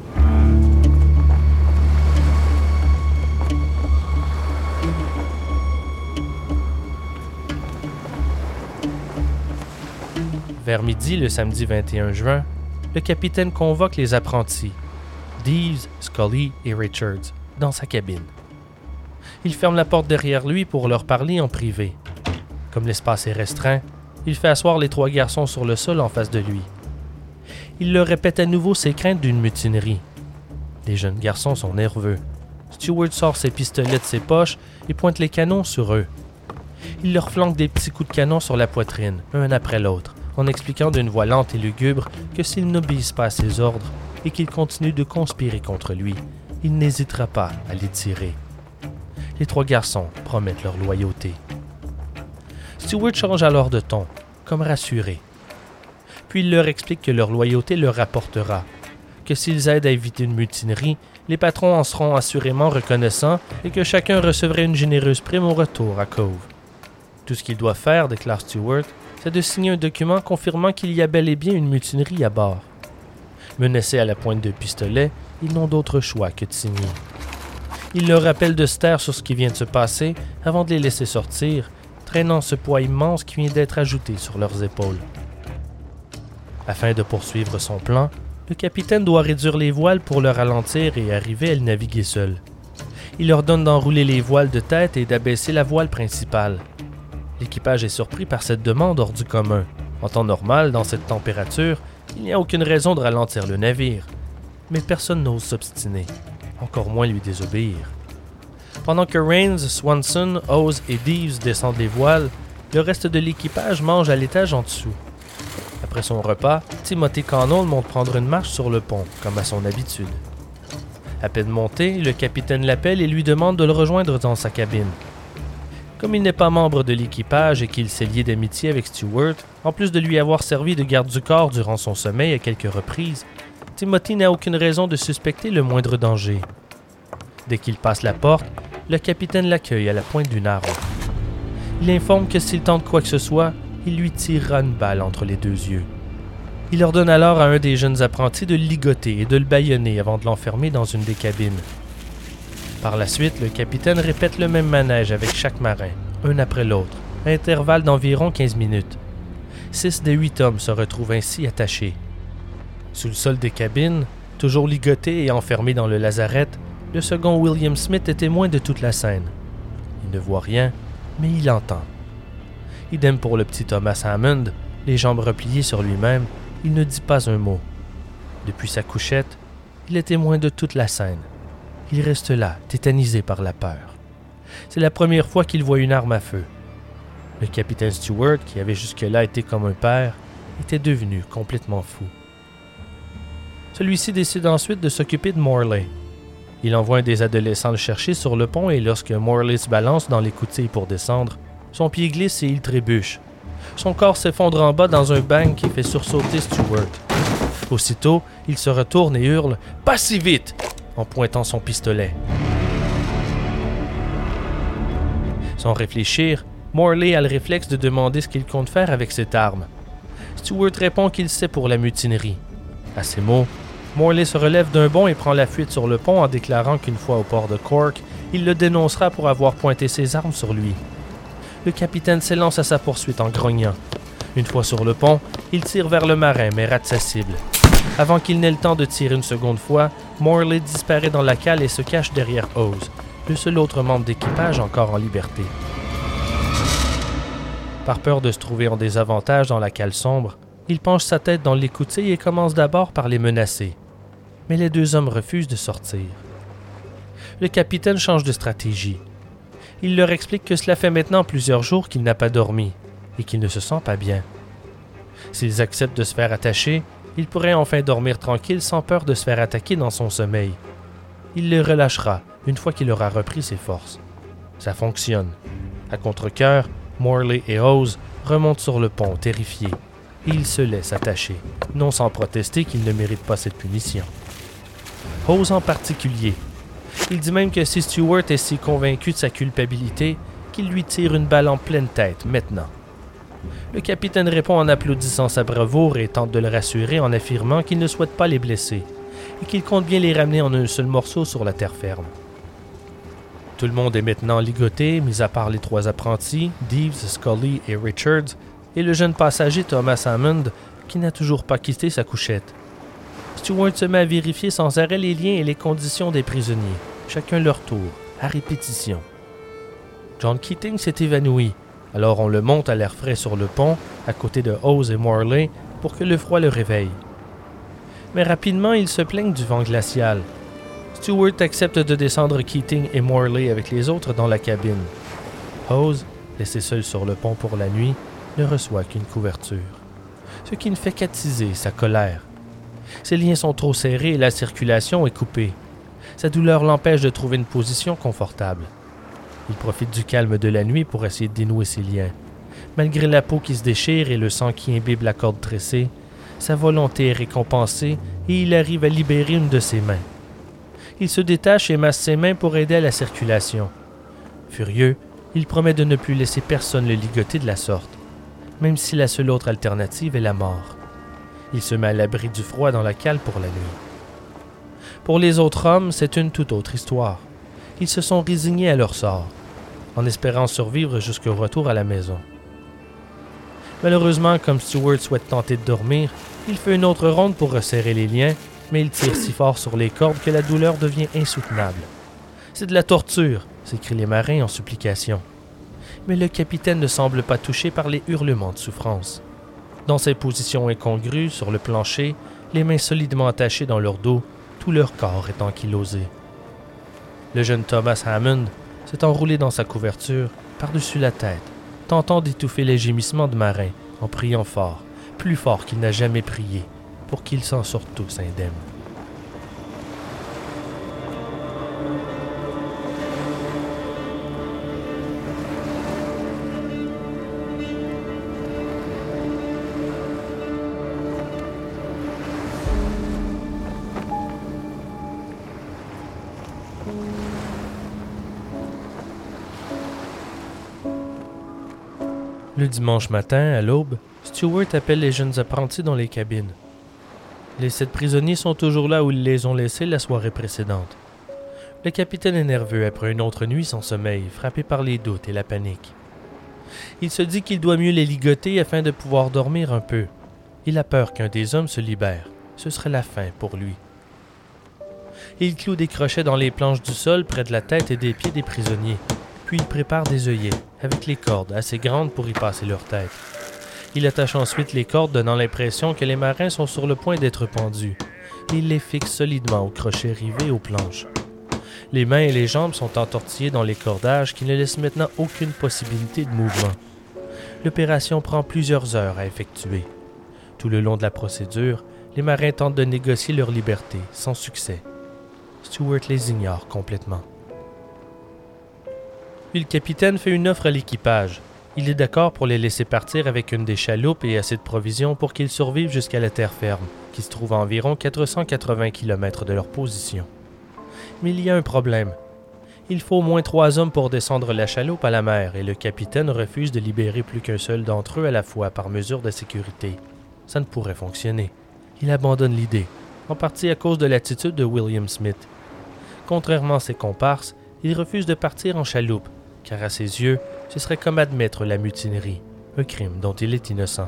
S2: Vers midi, le samedi 21 juin, le capitaine convoque les apprentis, Deaves, Scully et Richards, dans sa cabine. Il ferme la porte derrière lui pour leur parler en privé. Comme l'espace est restreint, il fait asseoir les 3 garçons sur le sol en face de lui. Il leur répète à nouveau ses craintes d'une mutinerie. Les jeunes garçons sont nerveux. Stewart sort ses pistolets de ses poches et pointe les canons sur eux. Il leur flanque des petits coups de canon sur la poitrine, un après l'autre, en expliquant d'une voix lente et lugubre que s'ils n'obéissent pas à ses ordres et qu'ils continuent de conspirer contre lui, il n'hésitera pas à les tirer. Les 3 garçons promettent leur loyauté. Stewart change alors de ton, comme rassuré. Puis il leur explique que leur loyauté leur rapportera, que s'ils aident à éviter une mutinerie, les patrons en seront assurément reconnaissants et que chacun recevrait une généreuse prime au retour à Cove. Tout ce qu'ils doivent faire, déclare Stewart, c'est de signer un document confirmant qu'il y a bel et bien une mutinerie à bord. Menacés à la pointe de pistolet, ils n'ont d'autre choix que de signer. Il leur rappelle de se taire sur ce qui vient de se passer avant de les laisser sortir, traînant ce poids immense qui vient d'être ajouté sur leurs épaules. Afin de poursuivre son plan, le capitaine doit réduire les voiles pour le ralentir et arriver à le naviguer seul. Il ordonne d'enrouler les voiles de tête et d'abaisser la voile principale. L'équipage est surpris par cette demande hors du commun. En temps normal, dans cette température, il n'y a aucune raison de ralentir le navire. Mais personne n'ose s'obstiner, encore moins lui désobéir. Pendant que Rains, Swanson, Hawes et Deaves descendent les voiles, le reste de l'équipage mange à l'étage en dessous. Après son repas, Timothy Connell monte prendre une marche sur le pont, comme à son habitude. À peine monté, le capitaine l'appelle et lui demande de le rejoindre dans sa cabine. Comme il n'est pas membre de l'équipage et qu'il s'est lié d'amitié avec Stewart, en plus de lui avoir servi de garde du corps durant son sommeil à quelques reprises, Timothy n'a aucune raison de suspecter le moindre danger. Dès qu'il passe la porte, le capitaine l'accueille à la pointe d'une arme. Il informe que s'il tente quoi que ce soit, il lui tirera une balle entre les deux yeux. Il ordonne alors à un des jeunes apprentis de le ligoter et de le bâillonner avant de l'enfermer dans une des cabines. Par la suite, le capitaine répète le même manège avec chaque marin, un après l'autre, à intervalle d'environ 15 minutes. 6 des 8 hommes se retrouvent ainsi attachés. Sous le sol des cabines, toujours ligoté et enfermé dans le lazaret, le second William Smith est témoin de toute la scène. Il ne voit rien, mais il entend. Idem pour le petit Thomas Hammond, les jambes repliées sur lui-même, il ne dit pas un mot. Depuis sa couchette, il est témoin de toute la scène. Il reste là, tétanisé par la peur. C'est la première fois qu'il voit une arme à feu. Le capitaine Stewart, qui avait jusque-là été comme un père, était devenu complètement fou. Celui-ci décide ensuite de s'occuper de Morley. Il envoie un des adolescents le chercher sur le pont et lorsque Morley se balance dans l'écoutille pour descendre, son pied glisse et il trébuche. Son corps s'effondre en bas dans un bang qui fait sursauter Stewart. Aussitôt, il se retourne et hurle « Pas si vite !» en pointant son pistolet. Sans réfléchir, Morley a le réflexe de demander ce qu'il compte faire avec cette arme. Stewart répond qu'il sait pour la mutinerie. À ces mots, Morley se relève d'un bond et prend la fuite sur le pont en déclarant qu'une fois au port de Cork, il le dénoncera pour avoir pointé ses armes sur lui. Le capitaine s'élance à sa poursuite en grognant. Une fois sur le pont, il tire vers le marin mais rate sa cible. Avant qu'il n'ait le temps de tirer une seconde fois, Morley disparaît dans la cale et se cache derrière Hawes, le seul autre membre d'équipage encore en liberté. Par peur de se trouver en désavantage dans la cale sombre, il penche sa tête dans l'écoutille et commence d'abord par les menacer. Mais les deux hommes refusent de sortir. Le capitaine change de stratégie. Il leur explique que cela fait maintenant plusieurs jours qu'il n'a pas dormi et qu'il ne se sent pas bien. S'ils acceptent de se faire attacher, il pourrait enfin dormir tranquille sans peur de se faire attaquer dans son sommeil. Il les relâchera une fois qu'il aura repris ses forces. Ça fonctionne. À contre-cœur, Morley et Hawes remontent sur le pont, terrifiés, et ils se laissent attacher, non sans protester qu'ils ne méritent pas cette punition. Hawes en particulier. Il dit même que si Stewart est si convaincu de sa culpabilité, qu'il lui tire une balle en pleine tête, maintenant. Le capitaine répond en applaudissant sa bravoure et tente de le rassurer en affirmant qu'il ne souhaite pas les blesser et qu'il compte bien les ramener en un seul morceau sur la terre ferme. Tout le monde est maintenant ligoté, mis à part les 3 apprentis, Deaves, Scully et Richards, et le jeune passager Thomas Hammond, qui n'a toujours pas quitté sa couchette. Stewart se met à vérifier sans arrêt les liens et les conditions des prisonniers, chacun leur tour, à répétition. John Keating s'est évanoui, alors on le monte à l'air frais sur le pont, à côté de Hawes et Morley, pour que le froid le réveille. Mais rapidement, ils se plaignent du vent glacial. Stewart accepte de descendre Keating et Morley avec les autres dans la cabine. Hawes, laissé seul sur le pont pour la nuit, ne reçoit qu'une couverture, ce qui ne fait qu'attiser sa colère. Ses liens sont trop serrés et la circulation est coupée. Sa douleur l'empêche de trouver une position confortable. Il profite du calme de la nuit pour essayer de dénouer ses liens. Malgré la peau qui se déchire et le sang qui imbibe la corde tressée, sa volonté est récompensée et il arrive à libérer une de ses mains. Il se détache et masse ses mains pour aider à la circulation. Furieux, il promet de ne plus laisser personne le ligoter de la sorte, même si la seule autre alternative est la mort. Il se met à l'abri du froid dans la cale pour la nuit. Pour les autres hommes, c'est une toute autre histoire. Ils se sont résignés à leur sort, en espérant survivre jusqu'au retour à la maison. Malheureusement, comme Stewart souhaite tenter de dormir, il fait une autre ronde pour resserrer les liens, mais il tire si fort sur les cordes que la douleur devient insoutenable. C'est de la torture, s'écrient les marins en supplication. Mais le capitaine ne semble pas touché par les hurlements de souffrance. Dans ces positions incongrues, sur le plancher, les mains solidement attachées dans leur dos, tout leur corps est ankylosé. Le jeune Thomas Hammond s'est enroulé dans sa couverture, par-dessus la tête, tentant d'étouffer les gémissements de marins, en priant fort, plus fort qu'il n'a jamais prié, pour qu'ils s'en sortent tous indemnes. Le dimanche matin, à l'aube, Stewart appelle les jeunes apprentis dans les cabines. Les 7 prisonniers sont toujours là où ils les ont laissés la soirée précédente. Le capitaine est nerveux après une autre nuit sans sommeil, frappé par les doutes et la panique. Il se dit qu'il doit mieux les ligoter afin de pouvoir dormir un peu. Il a peur qu'un des hommes se libère. Ce serait la fin pour lui. Il cloue des crochets dans les planches du sol près de la tête et des pieds des prisonniers. Puis il prépare des œillets, avec les cordes assez grandes pour y passer leur tête. Il attache ensuite les cordes, donnant l'impression que les marins sont sur le point d'être pendus, et il les fixe solidement aux crochets rivés aux planches. Les mains et les jambes sont entortillées dans les cordages qui ne laissent maintenant aucune possibilité de mouvement. L'opération prend plusieurs heures à effectuer. Tout le long de la procédure, les marins tentent de négocier leur liberté, sans succès. Stewart les ignore complètement. Puis le capitaine fait une offre à l'équipage. Il est d'accord pour les laisser partir avec une des chaloupes et assez de provisions pour qu'ils survivent jusqu'à la terre ferme, qui se trouve à environ 480 km de leur position. Mais il y a un problème. Il faut au moins 3 hommes pour descendre la chaloupe à la mer et le capitaine refuse de libérer plus qu'un seul d'entre eux à la fois par mesure de sécurité. Ça ne pourrait fonctionner. Il abandonne l'idée, en partie à cause de l'attitude de William Smith. Contrairement à ses comparses, il refuse de partir en chaloupe, car à ses yeux, ce serait comme admettre la mutinerie, un crime dont il est innocent.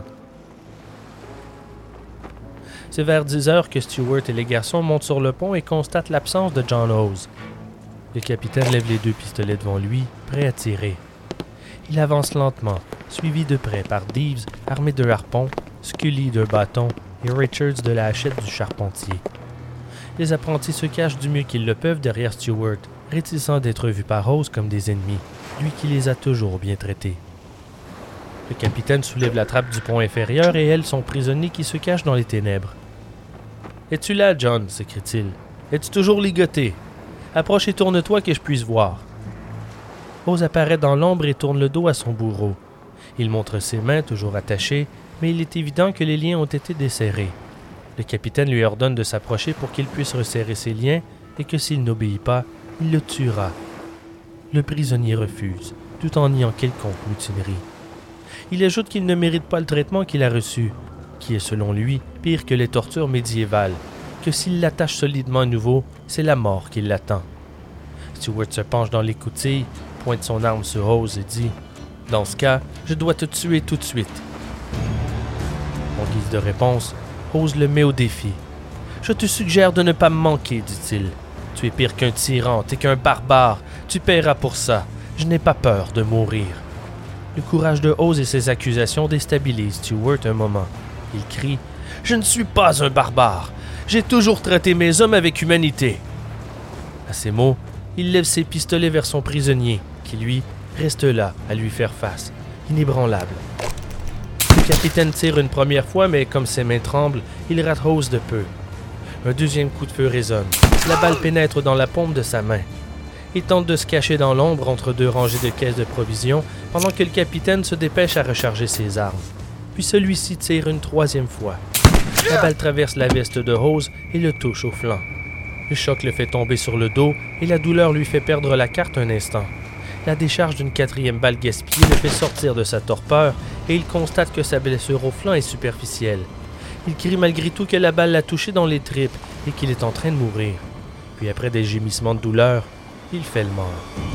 S2: C'est vers 10 heures que Stewart et les garçons montent sur le pont et constatent l'absence de John Hawes. Le capitaine lève les 2 pistolets devant lui, prêt à tirer. Il avance lentement, suivi de près par Deaves, armé d'un harpon, Scully d'un bâton et Richards de la hachette du charpentier. Les apprentis se cachent du mieux qu'ils le peuvent derrière Stewart, réticents d'être vus par Hawes comme des ennemis, lui qui les a toujours bien traités. Le capitaine soulève la trappe du pont inférieur et elle son prisonnier qui se cache dans les ténèbres. « Es-tu là, John » s'écrie-t-il. « Es-tu toujours ligoté? Approche et tourne-toi que je puisse voir. » Hawes apparaît dans l'ombre et tourne le dos à son bourreau. Il montre ses mains toujours attachées, mais il est évident que les liens ont été desserrés. Le capitaine lui ordonne de s'approcher pour qu'il puisse resserrer ses liens et que s'il n'obéit pas, il le tuera. Le prisonnier refuse, tout en niant quelconque mutinerie. Il ajoute qu'il ne mérite pas le traitement qu'il a reçu, qui est selon lui pire que les tortures médiévales, que s'il l'attache solidement à nouveau, c'est la mort qui l'attend. Stewart se penche dans l'écoutille, pointe son arme sur Hawes et dit « Dans ce cas, je dois te tuer tout de suite. » En guise de réponse, Hawes le met au défi. « Je te suggère de ne pas me manquer, dit-il. Tu es pire qu'un tyran, t'es qu'un barbare, tu paieras pour ça. Je n'ai pas peur de mourir. » Le courage de Hawes et ses accusations déstabilisent Stewart un moment. Il crie « Je ne suis pas un barbare. J'ai toujours traité mes hommes avec humanité. » À ces mots, il lève ses pistolets vers son prisonnier, qui lui reste là à lui faire face, inébranlable. Le capitaine tire une première fois, mais comme ses mains tremblent, il rate Hawes de peu. Un deuxième coup de feu résonne. La balle pénètre dans la paume de sa main. Il tente de se cacher dans l'ombre entre 2 rangées de caisses de provisions, pendant que le capitaine se dépêche à recharger ses armes. Puis celui-ci tire une 3e fois. La balle traverse la veste de Hawes et le touche au flanc. Le choc le fait tomber sur le dos et la douleur lui fait perdre la carte un instant. La décharge d'une 4e balle gaspillée le fait sortir de sa torpeur et il constate que sa blessure au flanc est superficielle. Il crie malgré tout que la balle l'a touché dans les tripes et qu'il est en train de mourir. Puis après des gémissements de douleur, il fait le mort.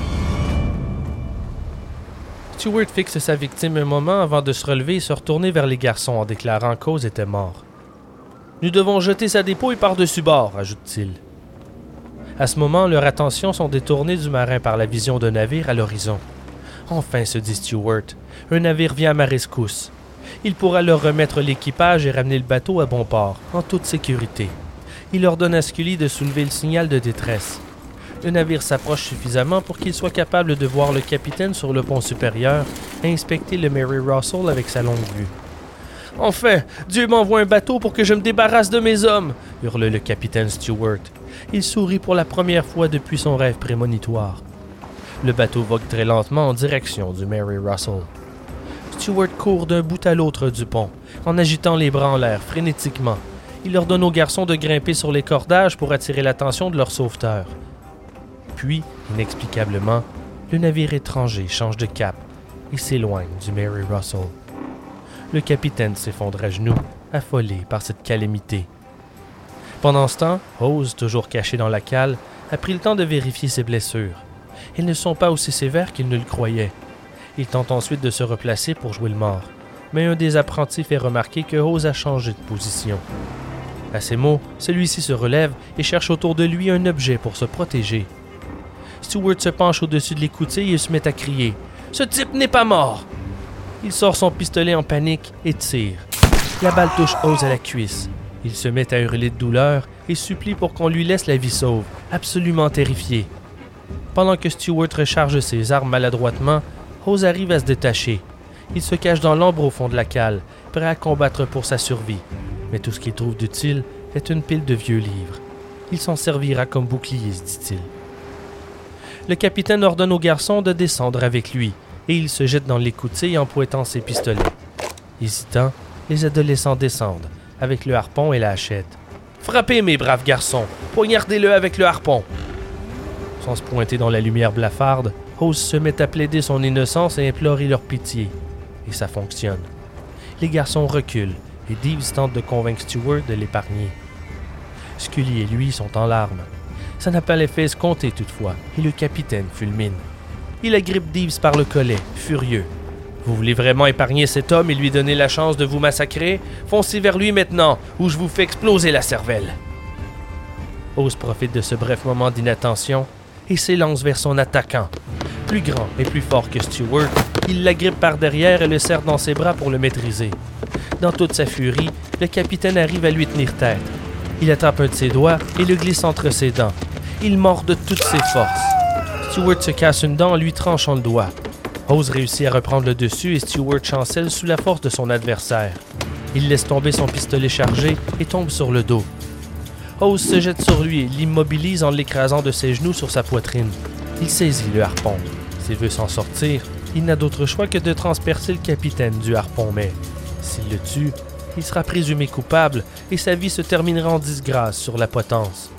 S2: Stewart fixe sa victime un moment avant de se relever et se retourner vers les garçons en déclarant qu'Hawes était mort. « Nous devons jeter sa dépouille par-dessus bord », ajoute-t-il. À ce moment, leurs attentions sont détournées du marin par la vision d'un navire à l'horizon. Enfin, se dit Stewart, un navire vient à ma rescousse. Il pourra leur remettre l'équipage et ramener le bateau à bon port, en toute sécurité. Il ordonne à Scully de soulever le signal de détresse. Le navire s'approche suffisamment pour qu'il soit capable de voir le capitaine sur le pont supérieur et inspecter le Mary Russell avec sa longue vue. « Enfin, Dieu m'envoie un bateau pour que je me débarrasse de mes hommes !» hurle le capitaine Stewart. Il sourit pour la première fois depuis son rêve prémonitoire. Le bateau vogue très lentement en direction du Mary Russell. Stewart court d'un bout à l'autre du pont, en agitant les bras en l'air frénétiquement. Il ordonne aux garçons de grimper sur les cordages pour attirer l'attention de leur sauveteur. Puis, inexplicablement, le navire étranger change de cap et s'éloigne du Mary Russell. Le capitaine s'effondre à genoux, affolé par cette calamité. Pendant ce temps, Hose, toujours caché dans la cale, a pris le temps de vérifier ses blessures. Elles ne sont pas aussi sévères qu'il ne le croyait. Il tente ensuite de se replacer pour jouer le mort, mais un des apprentis fait remarquer que Hose a changé de position. À ces mots, celui-ci se relève et cherche autour de lui un objet pour se protéger. Stewart se penche au-dessus de l'écoutille et se met à crier « Ce type n'est pas mort !» Il sort son pistolet en panique et tire. La balle touche Hose à la cuisse. Il se met à hurler de douleur et supplie pour qu'on lui laisse la vie sauve, absolument terrifié. Pendant que Stewart recharge ses armes maladroitement, Hose arrive à se détacher. Il se cache dans l'ombre au fond de la cale, prêt à combattre pour sa survie. Mais tout ce qu'il trouve d'utile est une pile de vieux livres. Il s'en servira comme bouclier, se dit-il. Le capitaine ordonne aux garçons de descendre avec lui, et il se jette dans l'écoutille en pointant ses pistolets. Hésitant, les adolescents descendent, avec le harpon et la hachette. « Frappez, mes braves garçons! Poignardez-le avec le harpon! » Sans se pointer dans la lumière blafarde, Hose se met à plaider son innocence et implorer leur pitié. Et ça fonctionne. Les garçons reculent, et Deeves tente de convaincre Stewart de l'épargner. Scully et lui sont en larmes. Ça n'a pas l'effet escompté toutefois, et le capitaine fulmine. Il agrippe Deeves par le collet, furieux. « Vous voulez vraiment épargner cet homme et lui donner la chance de vous massacrer? Foncez vers lui maintenant, ou je vous fais exploser la cervelle! » Hose profite de ce bref moment d'inattention et s'élance vers son attaquant. Plus grand et plus fort que Stewart, il l'agrippe par derrière et le serre dans ses bras pour le maîtriser. Dans toute sa furie, le capitaine arrive à lui tenir tête. Il attrape un de ses doigts et le glisse entre ses dents. Il mord de toutes ses forces. Stewart se casse une dent en lui tranchant le doigt. Hose réussit à reprendre le dessus et Stewart chancelle sous la force de son adversaire. Il laisse tomber son pistolet chargé et tombe sur le dos. Hose se jette sur lui et l'immobilise en l'écrasant de ses genoux sur sa poitrine. Il saisit le harpon. S'il veut s'en sortir, il n'a d'autre choix que de transpercer le capitaine du harpon, mais s'il le tue, il sera présumé coupable et sa vie se terminera en disgrâce sur la potence.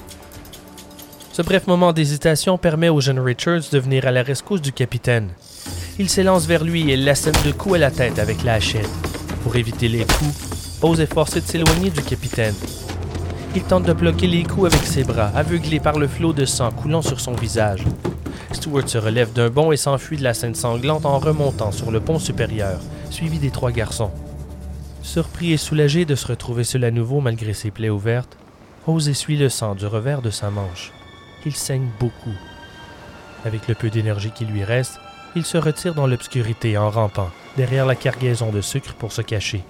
S2: Ce bref moment d'hésitation permet au jeune Richards de venir à la rescousse du capitaine. Il s'élance vers lui et l'assène de coups à la tête avec la hachette. Pour éviter les coups, Hose est forcé de s'éloigner du capitaine. Il tente de bloquer les coups avec ses bras, aveuglé par le flot de sang coulant sur son visage. Stewart se relève d'un bond et s'enfuit de la scène sanglante en remontant sur le pont supérieur, suivi des 3 garçons. Surpris et soulagé de se retrouver seul à nouveau malgré ses plaies ouvertes, Hose essuie le sang du revers de sa manche. Il saigne beaucoup. Avec le peu d'énergie qui lui reste, il se retire dans l'obscurité en rampant, derrière la cargaison de sucre pour se cacher.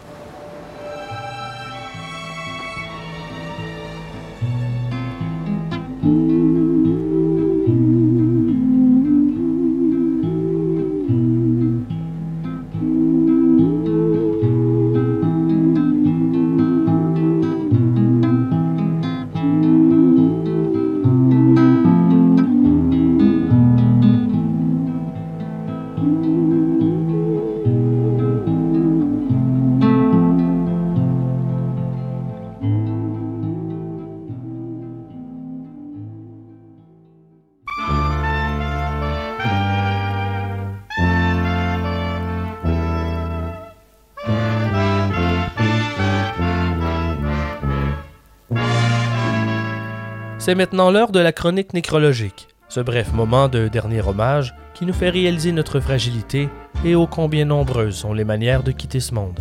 S2: C'est maintenant l'heure de la chronique nécrologique, ce bref moment de dernier hommage qui nous fait réaliser notre fragilité et ô combien nombreuses sont les manières de quitter ce monde.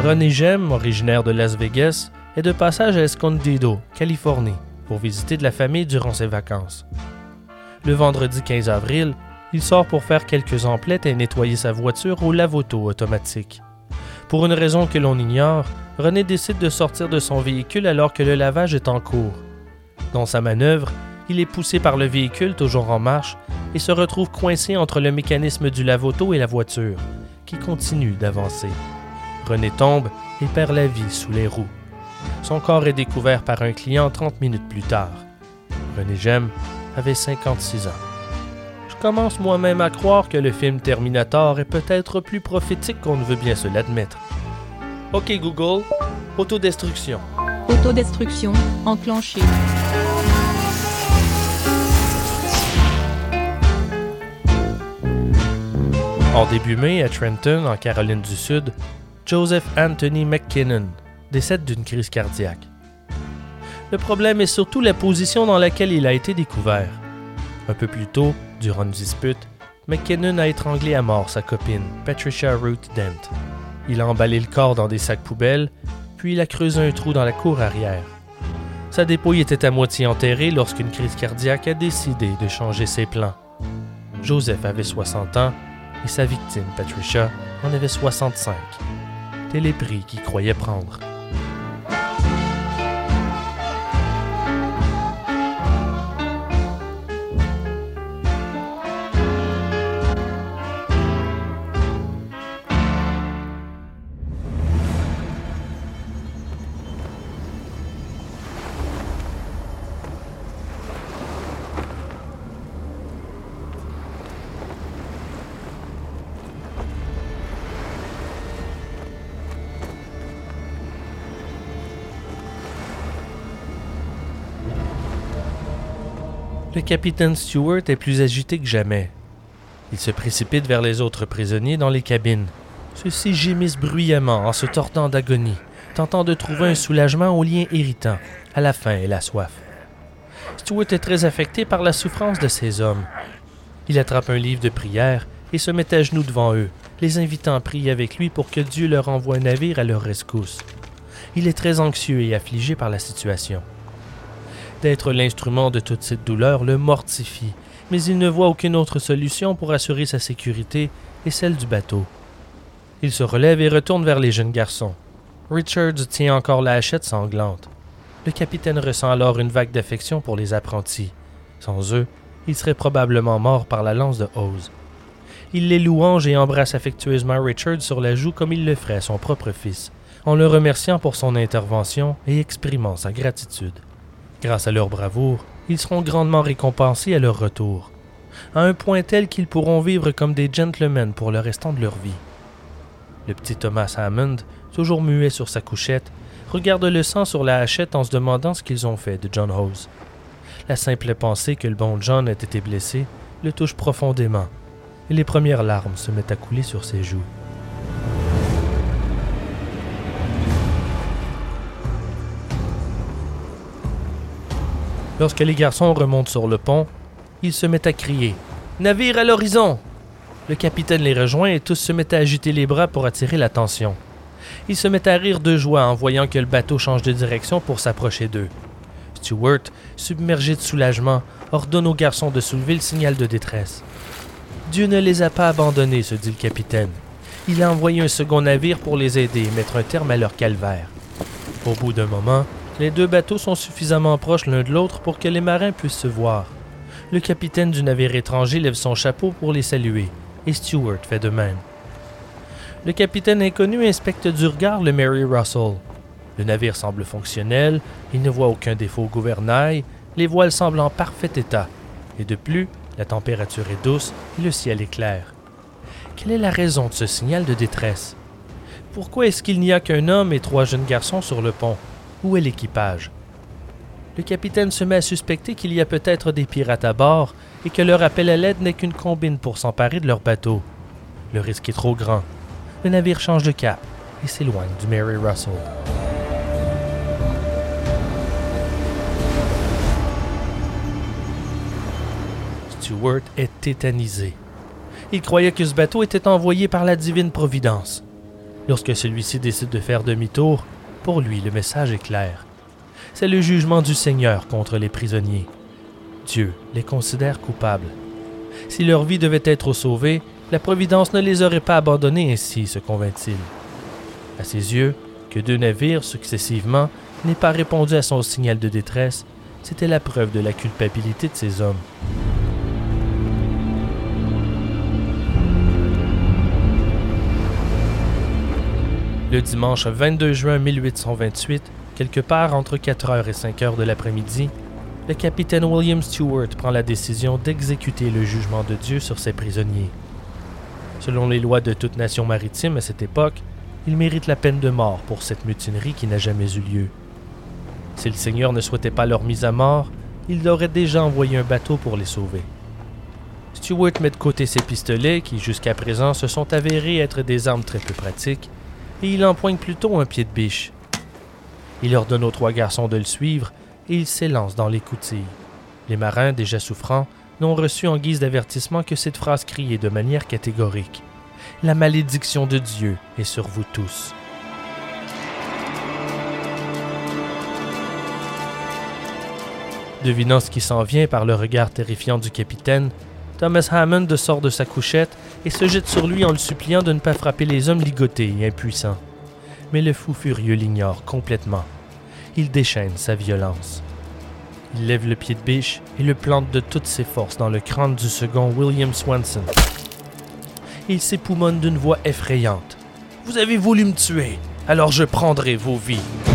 S2: Ron et Jem, originaires de Las Vegas, est de passage à Escondido, Californie, pour visiter de la famille durant ses vacances. Le vendredi 15 avril, il sort pour faire quelques emplettes et nettoyer sa voiture au lave-auto automatique. Pour une raison que l'on ignore, René décide de sortir de son véhicule alors que le lavage est en cours. Dans sa manœuvre, il est poussé par le véhicule toujours en marche et se retrouve coincé entre le mécanisme du lave-auto et la voiture, qui continue d'avancer. René tombe et perd la vie sous les roues. Son corps est découvert par un client 30 minutes plus tard. René Jem avait 56 ans. Je commence moi-même à croire que le film Terminator est peut-être plus prophétique qu'on ne veut bien se l'admettre. OK Google, autodestruction.
S3: Autodestruction, enclenchée.
S2: En début mai, à Trenton, en Caroline du Sud, Joseph Anthony McKinnon décède d'une crise cardiaque. Le problème est surtout la position dans laquelle il a été découvert. Un peu plus tôt, durant une dispute, McKinnon a étranglé à mort sa copine, Patricia Ruth Dent. Il a emballé le corps dans des sacs poubelles, puis il a creusé un trou dans la cour arrière. Sa dépouille était à moitié enterrée lorsqu'une crise cardiaque a décidé de changer ses plans. Joseph avait 60 ans et sa victime, Patricia, en avait 65. Tel est le prix qu'il croyait prendre. Le capitaine Stewart est plus agité que jamais. Il se précipite vers les autres prisonniers dans les cabines. Ceux-ci gémissent bruyamment en se tordant d'agonie, tentant de trouver un soulagement aux liens irritants, à la faim et la soif. Stewart est très affecté par la souffrance de ces hommes. Il attrape un livre de prière et se met à genoux devant eux, les invitant à prier avec lui pour que Dieu leur envoie un navire à leur rescousse. Il est très anxieux et affligé par la situation. D'être l'instrument de toute cette douleur le mortifie, mais il ne voit aucune autre solution pour assurer sa sécurité et celle du bateau. Il se relève et retourne vers les jeunes garçons. Richards tient encore la hachette sanglante. Le capitaine ressent alors une vague d'affection pour les apprentis. Sans eux, il serait probablement mort par la lance de Hose. Il les louange et embrasse affectueusement Richards sur la joue comme il le ferait à son propre fils, en le remerciant pour son intervention et exprimant sa gratitude. Grâce à leur bravoure, ils seront grandement récompensés à leur retour, à un point tel qu'ils pourront vivre comme des gentlemen pour le restant de leur vie. Le petit Thomas Hammond, toujours muet sur sa couchette, regarde le sang sur la hachette en se demandant ce qu'ils ont fait de John Hose. La simple pensée que le bon John ait été blessé le touche profondément, et les premières larmes se mettent à couler sur ses joues. Lorsque les garçons remontent sur le pont, ils se mettent à crier « Navire à l'horizon !» Le capitaine les rejoint et tous se mettent à agiter les bras pour attirer l'attention. Ils se mettent à rire de joie en voyant que le bateau change de direction pour s'approcher d'eux. Stewart, submergé de soulagement, ordonne aux garçons de soulever le signal de détresse. « Dieu ne les a pas abandonnés », se dit le capitaine. Il a envoyé un second navire pour les aider et mettre un terme à leur calvaire. Au bout d'un moment, les deux bateaux sont suffisamment proches l'un de l'autre pour que les marins puissent se voir. Le capitaine du navire étranger lève son chapeau pour les saluer, et Stewart fait de même. Le capitaine inconnu inspecte du regard le Mary Russell. Le navire semble fonctionnel, il ne voit aucun défaut au gouvernail, les voiles semblent en parfait état, et de plus, la température est douce et le ciel est clair. Quelle est la raison de ce signal de détresse? Pourquoi est-ce qu'il n'y a qu'un homme et 3 jeunes garçons sur le pont? Où est l'équipage? Le capitaine se met à suspecter qu'il y a peut-être des pirates à bord et que leur appel à l'aide n'est qu'une combine pour s'emparer de leur bateau. Le risque est trop grand. Le navire change de cap et s'éloigne du Mary Russell. Stewart est tétanisé. Il croyait que ce bateau était envoyé par la divine providence. Lorsque celui-ci décide de faire demi-tour, pour lui, le message est clair. C'est le jugement du Seigneur contre les prisonniers. Dieu les considère coupables. Si leur vie devait être sauvée, la Providence ne les aurait pas abandonnés ainsi, se convainc-il. À ses yeux, que deux navires, successivement, n'aient pas répondu à son signal de détresse, c'était la preuve de la culpabilité de ces hommes. Le dimanche 22 juin 1828, quelque part entre 4h et 5h de l'après-midi, le capitaine William Stewart prend la décision d'exécuter le jugement de Dieu sur ses prisonniers. Selon les lois de toute nation maritime à cette époque, il mérite la peine de mort pour cette mutinerie qui n'a jamais eu lieu. Si le Seigneur ne souhaitait pas leur mise à mort, il aurait déjà envoyé un bateau pour les sauver. Stewart met de côté ses pistolets qui, jusqu'à présent, se sont avérés être des armes très peu pratiques, et il empoigne plutôt un pied de biche. Il ordonne aux 3 garçons de le suivre et il s'élance dans l'écoutille. Les marins, déjà souffrants, n'ont reçu en guise d'avertissement que cette phrase criée de manière catégorique. « La malédiction de Dieu est sur vous tous. » Devinant ce qui s'en vient par le regard terrifiant du capitaine, Thomas Hammond sort de sa couchette et se jette sur lui en le suppliant de ne pas frapper les hommes ligotés et impuissants. Mais le fou furieux l'ignore complètement. Il déchaîne sa violence. Il lève le pied de biche et le plante de toutes ses forces dans le crâne du second William Swanson. Il s'époumonne d'une voix effrayante. « Vous avez voulu me tuer, alors je prendrai vos vies. »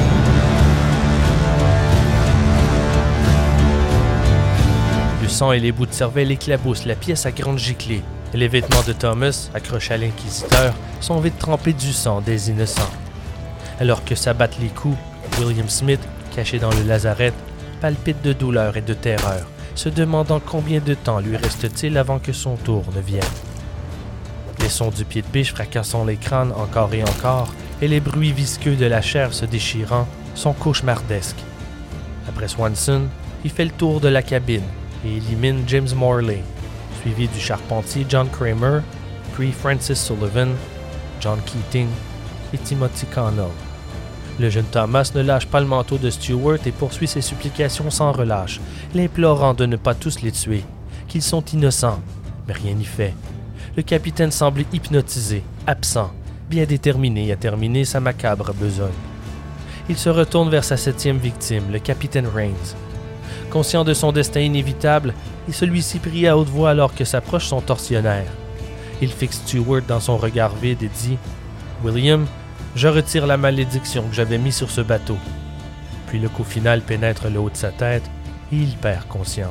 S2: Le sang et les bouts de cervelle éclaboussent la pièce à grande giclée. Les vêtements de Thomas, accrochés à l'inquisiteur, sont vite trempés du sang des innocents. Alors que s'abattent les coups, William Smith, caché dans le lazaret, palpite de douleur et de terreur, se demandant combien de temps lui reste-t-il avant que son tour ne vienne. Les sons du pied de biche fracassant les crânes encore et encore, et les bruits visqueux de la chair se déchirant, sont cauchemardesques. Après Swanson, il fait le tour de la cabine et élimine James Morley, suivi du charpentier John Kramer, puis Francis Sullivan, John Keating et Timothy Connell. Le jeune Thomas ne lâche pas le manteau de Stewart et poursuit ses supplications sans relâche, l'implorant de ne pas tous les tuer, qu'ils sont innocents, mais rien n'y fait. Le capitaine semble hypnotisé, absent, bien déterminé à terminer sa macabre besogne. Il se retourne vers sa 7e victime, le capitaine Rains. Conscient de son destin inévitable, celui-ci prie à haute voix alors que s'approche son tortionnaire. Il fixe Stewart dans son regard vide et dit « William, je retire la malédiction que j'avais mise sur ce bateau. » Puis le coup final pénètre le haut de sa tête et il perd conscience.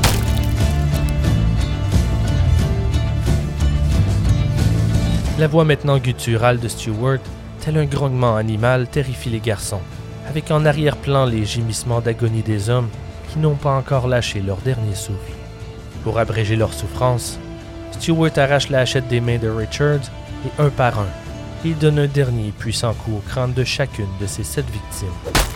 S2: La voix maintenant gutturale de Stewart, tel un grognement animal, terrifie les garçons, avec en arrière-plan les gémissements d'agonie des hommes qui n'ont pas encore lâché leur dernier souffle. Pour abréger leur souffrance, Stewart arrache la hachette des mains de Richards et un par un, il donne un dernier puissant coup au crâne de chacune de ses 7 victimes.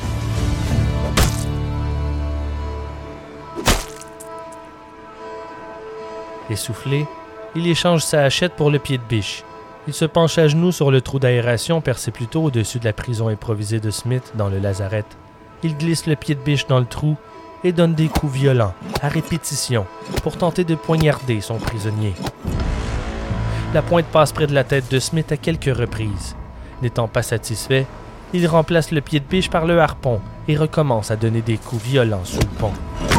S2: Essoufflé, il échange sa hachette pour le pied de biche. Il se penche à genoux sur le trou d'aération percé plus tôt au-dessus de la prison improvisée de Smith dans le lazaret. Il glisse le pied de biche dans le trou et donne des coups violents, à répétition, pour tenter de poignarder son prisonnier. La pointe passe près de la tête de Smith à quelques reprises. N'étant pas satisfait, il remplace le pied de biche par le harpon et recommence à donner des coups violents sous le pont.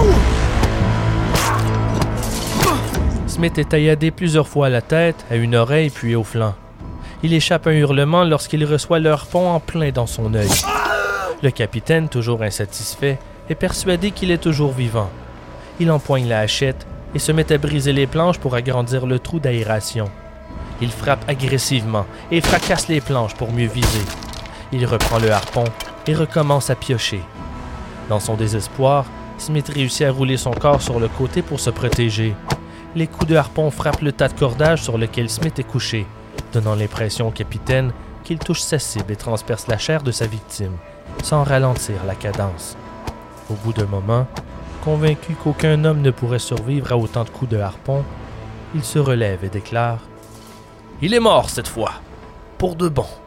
S2: Smith est tailladé plusieurs fois à la tête, à une oreille puis au flanc. Il échappe un hurlement lorsqu'il reçoit le harpon en plein dans son œil. Le capitaine, toujours insatisfait, est persuadé qu'il est toujours vivant. Il empoigne la hachette et se met à briser les planches pour agrandir le trou d'aération. Il frappe agressivement et fracasse les planches pour mieux viser. Il reprend le harpon et recommence à piocher. Dans son désespoir, Smith réussit à rouler son corps sur le côté pour se protéger. Les coups de harpon frappent le tas de cordage sur lequel Smith est couché, donnant l'impression au capitaine qu'il touche sa cible et transperce la chair de sa victime, sans ralentir la cadence. Au bout d'un moment, convaincu qu'aucun homme ne pourrait survivre à autant de coups de harpon, il se relève et déclare « Il est mort cette fois, pour de bon. »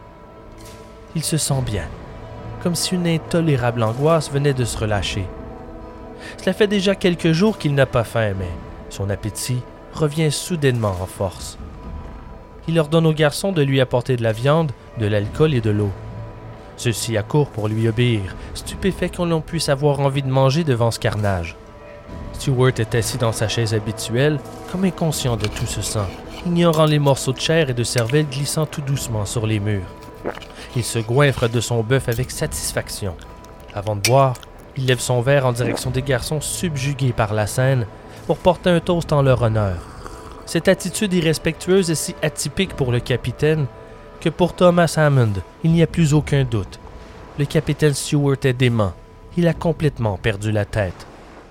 S2: Il se sent bien, comme si une intolérable angoisse venait de se relâcher. Cela fait déjà quelques jours qu'il n'a pas faim, mais son appétit revient soudainement en force. Il ordonne au garçon de lui apporter de la viande, de l'alcool et de l'eau. Ceux-ci accourent pour lui obéir, stupéfaits qu'on puisse avoir envie de manger devant ce carnage. Stewart est assis dans sa chaise habituelle, comme inconscient de tout ce sang, ignorant les morceaux de chair et de cervelle glissant tout doucement sur les murs. Il se goinfre de son bœuf avec satisfaction. Avant de boire, il lève son verre en direction des garçons subjugués par la scène pour porter un toast en leur honneur. Cette attitude irrespectueuse est si atypique pour le capitaine que pour Thomas Hammond, il n'y a plus aucun doute. Le capitaine Stewart est dément. Il a complètement perdu la tête.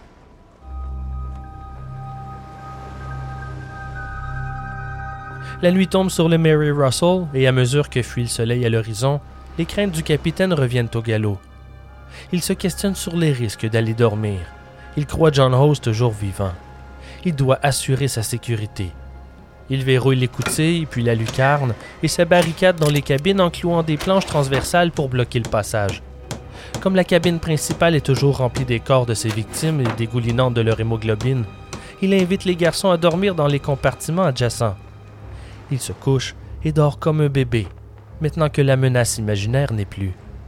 S2: La nuit tombe sur le Mary Russell et à mesure que fuit le soleil à l'horizon, les craintes du capitaine reviennent au galop. Il se questionne sur les risques d'aller dormir. Il croit John Hose toujours vivant. Il doit assurer sa sécurité. Il verrouille l'écoutille, puis la lucarne, et se barricade dans les cabines en clouant des planches transversales pour bloquer le passage. Comme la cabine principale est toujours remplie des corps de ses victimes et dégoulinante de leur hémoglobine, il invite les garçons à dormir dans les compartiments adjacents. Il se couche et dort comme un bébé, maintenant que la menace imaginaire n'est plus.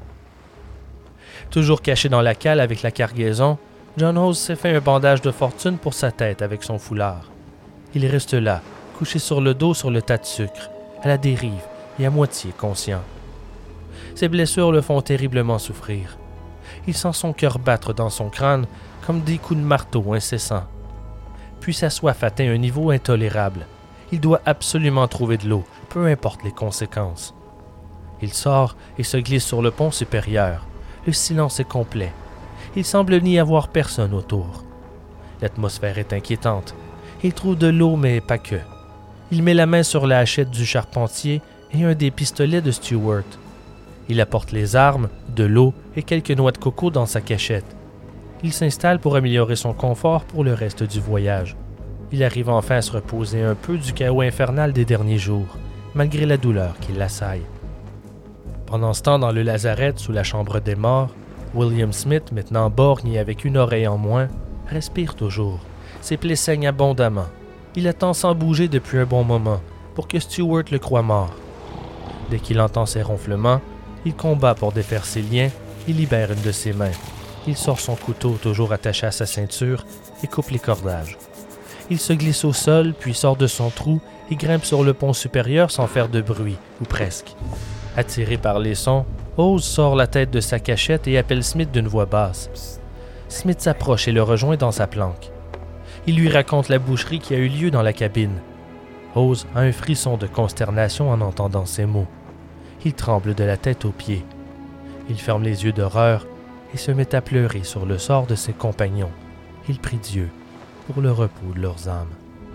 S2: Toujours caché dans la cale avec la cargaison, John Hose s'est fait un bandage de fortune pour sa tête avec son foulard. Il reste là, couché sur le dos sur le tas de sucre, à la dérive et à moitié conscient. Ses blessures le font terriblement souffrir. Il sent son cœur battre dans son crâne comme des coups de marteau incessants. Puis sa soif atteint un niveau intolérable. Il doit absolument trouver de l'eau, peu importe les conséquences. Il sort et se glisse sur le pont supérieur. Le silence est complet. Il semble n'y avoir personne autour. L'atmosphère est inquiétante. Il trouve de l'eau, mais pas que. Il met la main sur la hachette du charpentier et un des pistolets de Stewart. Il apporte les armes, de l'eau et quelques noix de coco dans sa cachette. Il s'installe pour améliorer son confort pour le reste du voyage. Il arrive enfin à se reposer un peu du chaos infernal des derniers jours, malgré la douleur qui l'assaille. Pendant ce temps, dans le lazaret, sous la chambre des morts, William Smith, maintenant borgne et avec une oreille en moins, respire toujours. Ses plaies saignent abondamment. Il attend sans bouger depuis un bon moment, pour que Stewart le croie mort. Dès qu'il entend ses ronflements, il combat pour défaire ses liens et libère une de ses mains. Il sort son couteau toujours attaché à sa ceinture et coupe les cordages. Il se glisse au sol, puis sort de son trou et grimpe sur le pont supérieur sans faire de bruit, ou presque. Attiré par les sons, Hose sort la tête de sa cachette et appelle Smith d'une voix basse. Smith s'approche et le rejoint dans sa planque. Il lui raconte la boucherie qui a eu lieu dans la cabine. Hose a un frisson de consternation en entendant ces mots. Il tremble de la tête aux pieds. Il ferme les yeux d'horreur et se met à pleurer sur le sort de ses compagnons. Il prie Dieu pour le repos de leurs âmes.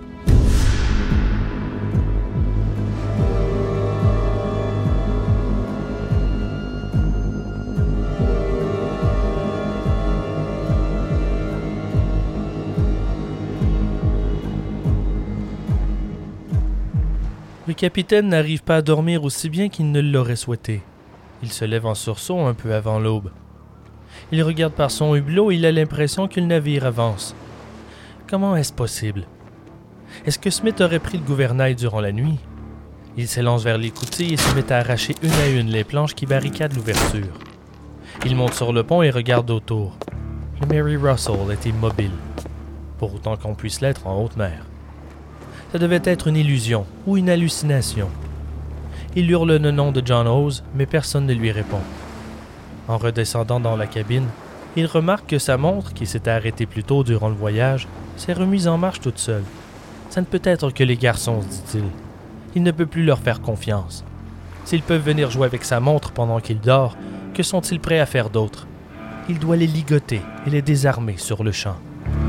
S2: Le capitaine n'arrive pas à dormir aussi bien qu'il ne l'aurait souhaité. Il se lève en sursaut un peu avant l'aube. Il regarde par son hublot et il a l'impression que le navire avance. Comment est-ce possible? Est-ce que Smith aurait pris le gouvernail durant la nuit? Il s'élance vers l'écoutille et se met à arracher une à une les planches qui barricadent l'ouverture. Il monte sur le pont et regarde autour. Le Mary Russell est immobile, pour autant qu'on puisse l'être en haute mer. Ça devait être une illusion ou une hallucination. Il hurle le nom de John Hose, mais personne ne lui répond. En redescendant dans la cabine, il remarque que sa montre, qui s'était arrêtée plus tôt durant le voyage, s'est remise en marche toute seule. Ça ne peut être que les garçons, dit-il. Il ne peut plus leur faire confiance. S'ils peuvent venir jouer avec sa montre pendant qu'il dort, que sont-ils prêts à faire d'autre? Il doit les ligoter et les désarmer sur le champ.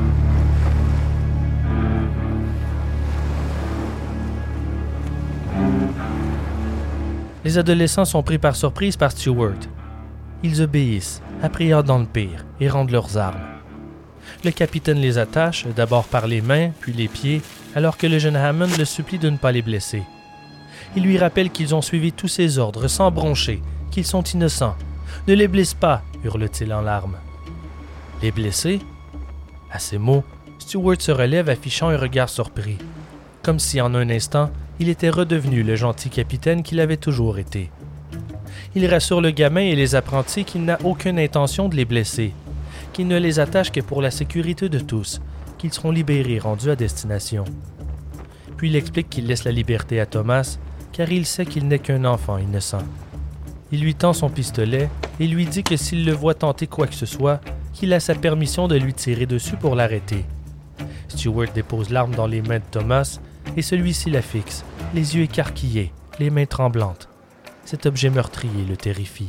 S2: Les adolescents sont pris par surprise par Stewart. Ils obéissent, appréhendant le pire, et rendent leurs armes. Le capitaine les attache, d'abord par les mains, puis les pieds, alors que le jeune Hammond le supplie de ne pas les blesser. Il lui rappelle qu'ils ont suivi tous ses ordres sans broncher, qu'ils sont innocents. Ne les blesse pas, hurle-t-il en larmes. Les blesser? À ces mots, Stewart se relève affichant un regard surpris, comme si en un instant, il était redevenu le gentil capitaine qu'il avait toujours été. Il rassure le gamin et les apprentis qu'il n'a aucune intention de les blesser, qu'il ne les attache que pour la sécurité de tous, qu'ils seront libérés rendus à destination. Puis il explique qu'il laisse la liberté à Thomas, car il sait qu'il n'est qu'un enfant innocent. Il lui tend son pistolet et lui dit que s'il le voit tenter quoi que ce soit, qu'il a sa permission de lui tirer dessus pour l'arrêter. Stewart dépose l'arme dans les mains de Thomas et celui-ci la fixe, les yeux écarquillés, les mains tremblantes. Cet objet meurtrier le terrifie.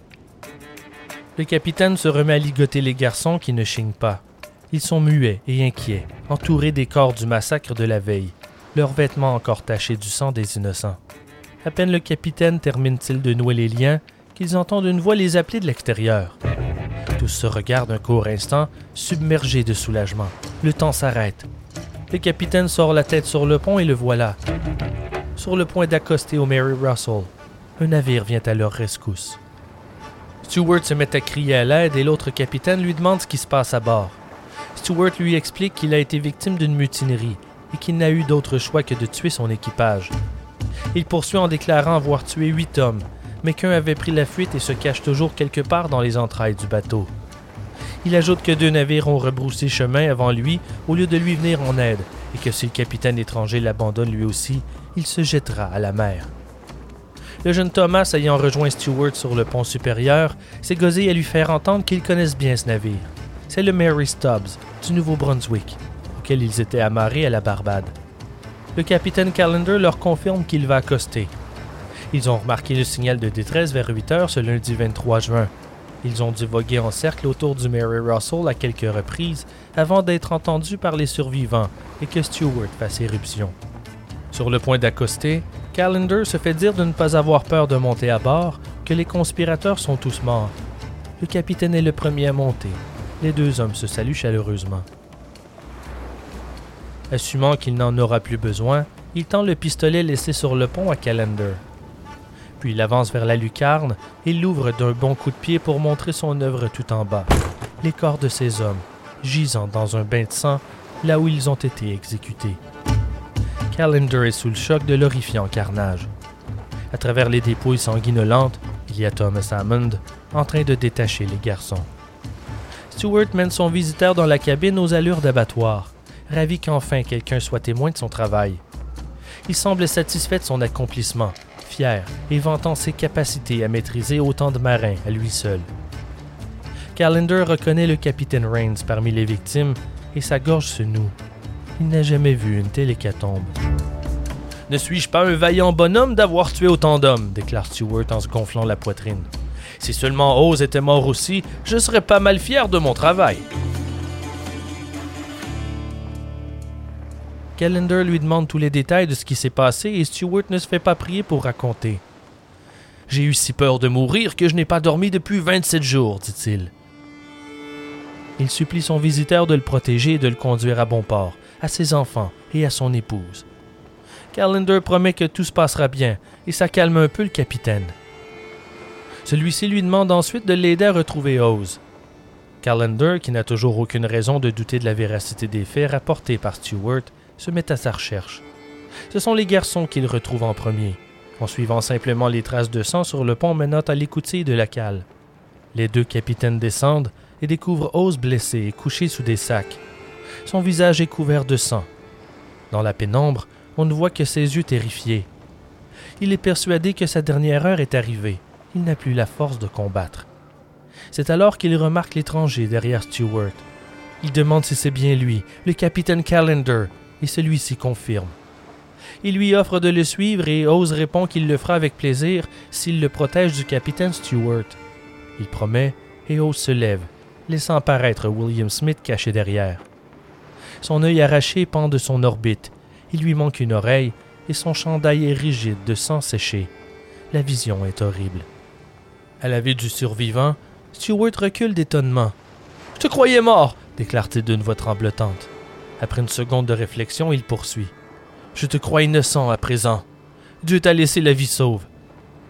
S2: Le capitaine se remet à ligoter les garçons qui ne chignent pas. Ils sont muets et inquiets, entourés des corps du massacre de la veille, leurs vêtements encore tachés du sang des innocents. À peine le capitaine termine-t-il de nouer les liens qu'ils entendent une voix les appeler de l'extérieur. Tous se regardent un court instant, submergés de soulagement. Le temps s'arrête. Le capitaine sort la tête sur le pont et le voilà. Sur le point d'accoster au Mary Russell, un navire vient à leur rescousse. Stewart se met à crier à l'aide et l'autre capitaine lui demande ce qui se passe à bord. Stewart lui explique qu'il a été victime d'une mutinerie et qu'il n'a eu d'autre choix que de tuer son équipage. Il poursuit en déclarant avoir tué 8 hommes, mais qu'un avait pris la fuite et se cache toujours quelque part dans les entrailles du bateau. Il ajoute que 2 navires ont rebroussé chemin avant lui au lieu de lui venir en aide et que si le capitaine étranger l'abandonne lui aussi, il se jettera à la mer. Le jeune Thomas, ayant rejoint Stewart sur le pont supérieur, s'est gosé à lui faire entendre qu'ils connaissent bien ce navire. C'est le Mary Stubbs, du Nouveau-Brunswick, auquel ils étaient amarrés à la Barbade. Le capitaine Callender leur confirme qu'il va accoster. Ils ont remarqué le signal de détresse vers 8 heures ce lundi 23 juin. Ils ont dû voguer en cercle autour du Mary Russell à quelques reprises avant d'être entendus par les survivants et que Stewart fasse éruption. Sur le point d'accoster, Callender se fait dire de ne pas avoir peur de monter à bord, que les conspirateurs sont tous morts. Le capitaine est le premier à monter. Les 2 hommes se saluent chaleureusement. Assumant qu'il n'en aura plus besoin, il tend le pistolet laissé sur le pont à Callender. Puis il avance vers la lucarne et l'ouvre d'un bon coup de pied pour montrer son œuvre tout en bas. Les corps de ces hommes, gisant dans un bain de sang, là où ils ont été exécutés. Callender est sous le choc de l'horrifiant carnage. À travers les dépouilles sanguinolentes, il y a Thomas Hammond en train de détacher les garçons. Stewart mène son visiteur dans la cabine aux allures d'abattoir, ravi qu'enfin quelqu'un soit témoin de son travail. Il semble satisfait de son accomplissement, fier et vantant ses capacités à maîtriser autant de marins à lui seul. Callender reconnaît le capitaine Rains parmi les victimes et sa gorge se noue. Il n'a jamais vu une telle hécatombe. « Ne suis-je pas un vaillant bonhomme d'avoir tué autant d'hommes » déclare Stewart en se gonflant la poitrine. « Si seulement Oz était mort aussi, je serais pas mal fier de mon travail. » Callender lui demande tous les détails de ce qui s'est passé et Stewart ne se fait pas prier pour raconter. « J'ai eu si peur de mourir que je n'ai pas dormi depuis 27 jours, dit-il. Il supplie son visiteur de le protéger et de le conduire à bon port, à ses enfants et à son épouse. Callender promet que tout se passera bien et ça calme un peu le capitaine. Celui-ci lui demande ensuite de l'aider à retrouver Oz. Callender, qui n'a toujours aucune raison de douter de la véracité des faits rapportés par Stewart, se met à sa recherche. Ce sont les garçons qu'il retrouve en premier, en suivant simplement les traces de sang sur le pont menant à l'écoutille de la cale. Les 2 capitaines descendent et découvrent Oz blessé et couché sous des sacs. Son visage est couvert de sang. Dans la pénombre, on ne voit que ses yeux terrifiés. Il est persuadé que sa dernière heure est arrivée. Il n'a plus la force de combattre. C'est alors qu'il remarque l'étranger derrière Stewart. Il demande si c'est bien lui, le capitaine Callender, et celui-ci confirme. Il lui offre de le suivre et Oz répond qu'il le fera avec plaisir s'il le protège du capitaine Stewart. Il promet et Oz se lève, laissant apparaître William Smith caché derrière. Son œil arraché pend de son orbite, il lui manque une oreille et son chandail est rigide de sang séché. La vision est horrible. À la vue du survivant, Stewart recule d'étonnement. « Je te croyais mort !» déclare-t-il d'une voix tremblotante. Après une seconde de réflexion, il poursuit. « Je te crois innocent à présent. Dieu t'a laissé la vie sauve. »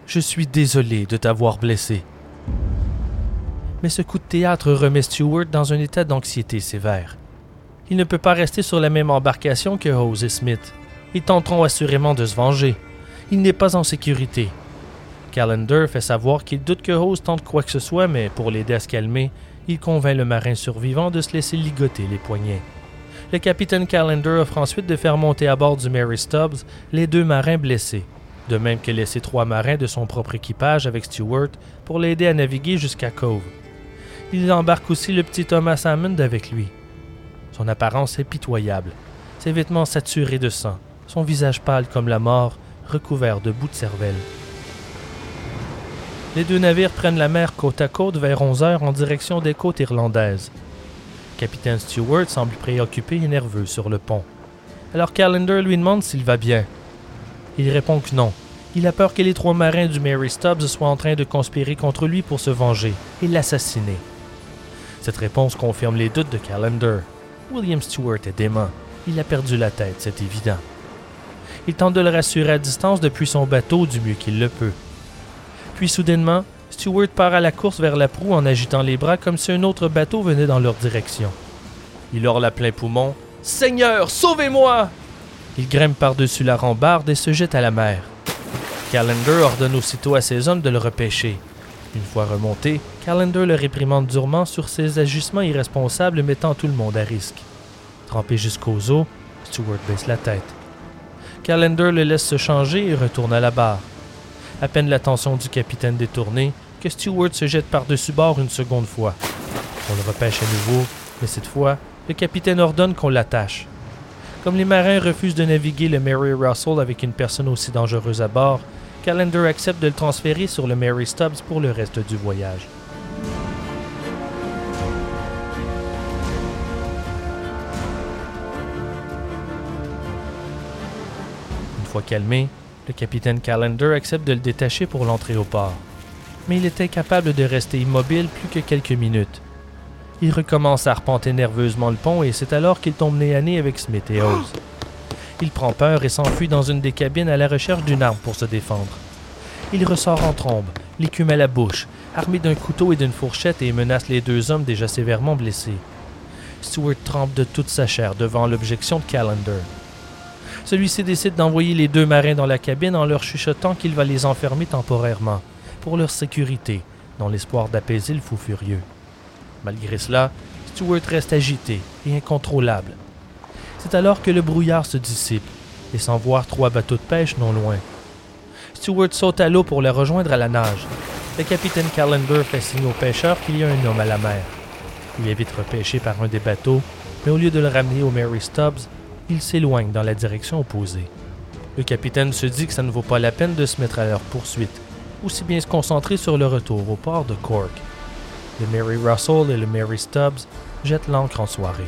S2: Je suis désolé de t'avoir blessé. » Mais ce coup de théâtre remet Stewart dans un état d'anxiété sévère. Il ne peut pas rester sur la même embarcation que Hose et Smith. Ils tenteront assurément de se venger. Il n'est pas en sécurité. Callender fait savoir qu'il doute que Hose tente quoi que ce soit, mais pour l'aider à se calmer, il convainc le marin survivant de se laisser ligoter les poignets. Le capitaine Callender offre ensuite de faire monter à bord du Mary Stubbs les 2 marins blessés, de même que laisser 3 marins de son propre équipage avec Stewart pour l'aider à naviguer jusqu'à Cove. Il embarque aussi le petit Thomas Hammond avec lui. Son apparence est pitoyable, ses vêtements saturés de sang, son visage pâle comme la mort, recouvert de bouts de cervelle. Les 2 navires prennent la mer côte à côte vers 11 heures en direction des côtes irlandaises. Capitaine Stewart semble préoccupé et nerveux sur le pont. Alors Callender lui demande s'il va bien. Il répond que non. Il a peur que les 3 marins du Mary Stubbs soient en train de conspirer contre lui pour se venger et l'assassiner. Cette réponse confirme les doutes de Callender. William Stewart est dément. Il a perdu la tête, c'est évident. Il tente de le rassurer à distance depuis son bateau du mieux qu'il le peut. Puis soudainement, Stewart part à la course vers la proue en agitant les bras comme si un autre bateau venait dans leur direction. Il hurle à plein poumon « Seigneur, sauvez-moi » Il grimpe par-dessus la rambarde et se jette à la mer. Callender ordonne aussitôt à ses hommes de le repêcher. Une fois remonté, Callender le réprimande durement sur ses agissements irresponsables mettant tout le monde à risque. Trempé jusqu'aux os, Stewart baisse la tête. Callender le laisse se changer et retourne à la barre. À peine l'attention du capitaine détournée, que Stewart se jette par-dessus bord une seconde fois. On le repêche à nouveau, mais cette fois, le capitaine ordonne qu'on l'attache. Comme les marins refusent de naviguer le Mary Russell avec une personne aussi dangereuse à bord, Callender accepte de le transférer sur le Mary Stubbs pour le reste du voyage. Une fois calmé, le capitaine Callender accepte de le détacher pour l'entrée au port. Mais il est incapable de rester immobile plus que quelques minutes. Il recommence à arpenter nerveusement le pont et c'est alors qu'il tombe nez à nez avec Smith et Hose. Il prend peur et s'enfuit dans une des cabines à la recherche d'une arme pour se défendre. Il ressort en trombe, l'écume à la bouche, armé d'un couteau et d'une fourchette et menace les 2 hommes déjà sévèrement blessés. Stewart tremble de toute sa chair devant l'objection de Callender. Celui-ci décide d'envoyer les 2 marins dans la cabine en leur chuchotant qu'il va les enfermer temporairement, pour leur sécurité, dans l'espoir d'apaiser le fou furieux. Malgré cela, Stewart reste agité et incontrôlable. C'est alors que le brouillard se dissipe, laissant voir 3 bateaux de pêche non loin. Stewart saute à l'eau pour les rejoindre à la nage. Le capitaine Callender fait signe aux pêcheurs qu'il y a un homme à la mer. Il est vite repêché par un des bateaux, mais au lieu de le ramener au Mary Stubbs, il s'éloigne dans la direction opposée. Le capitaine se dit que ça ne vaut pas la peine de se mettre à leur poursuite, aussi bien se concentrer sur le retour au port de Cork. Le Mary Russell et le Mary Stubbs jettent l'ancre en soirée.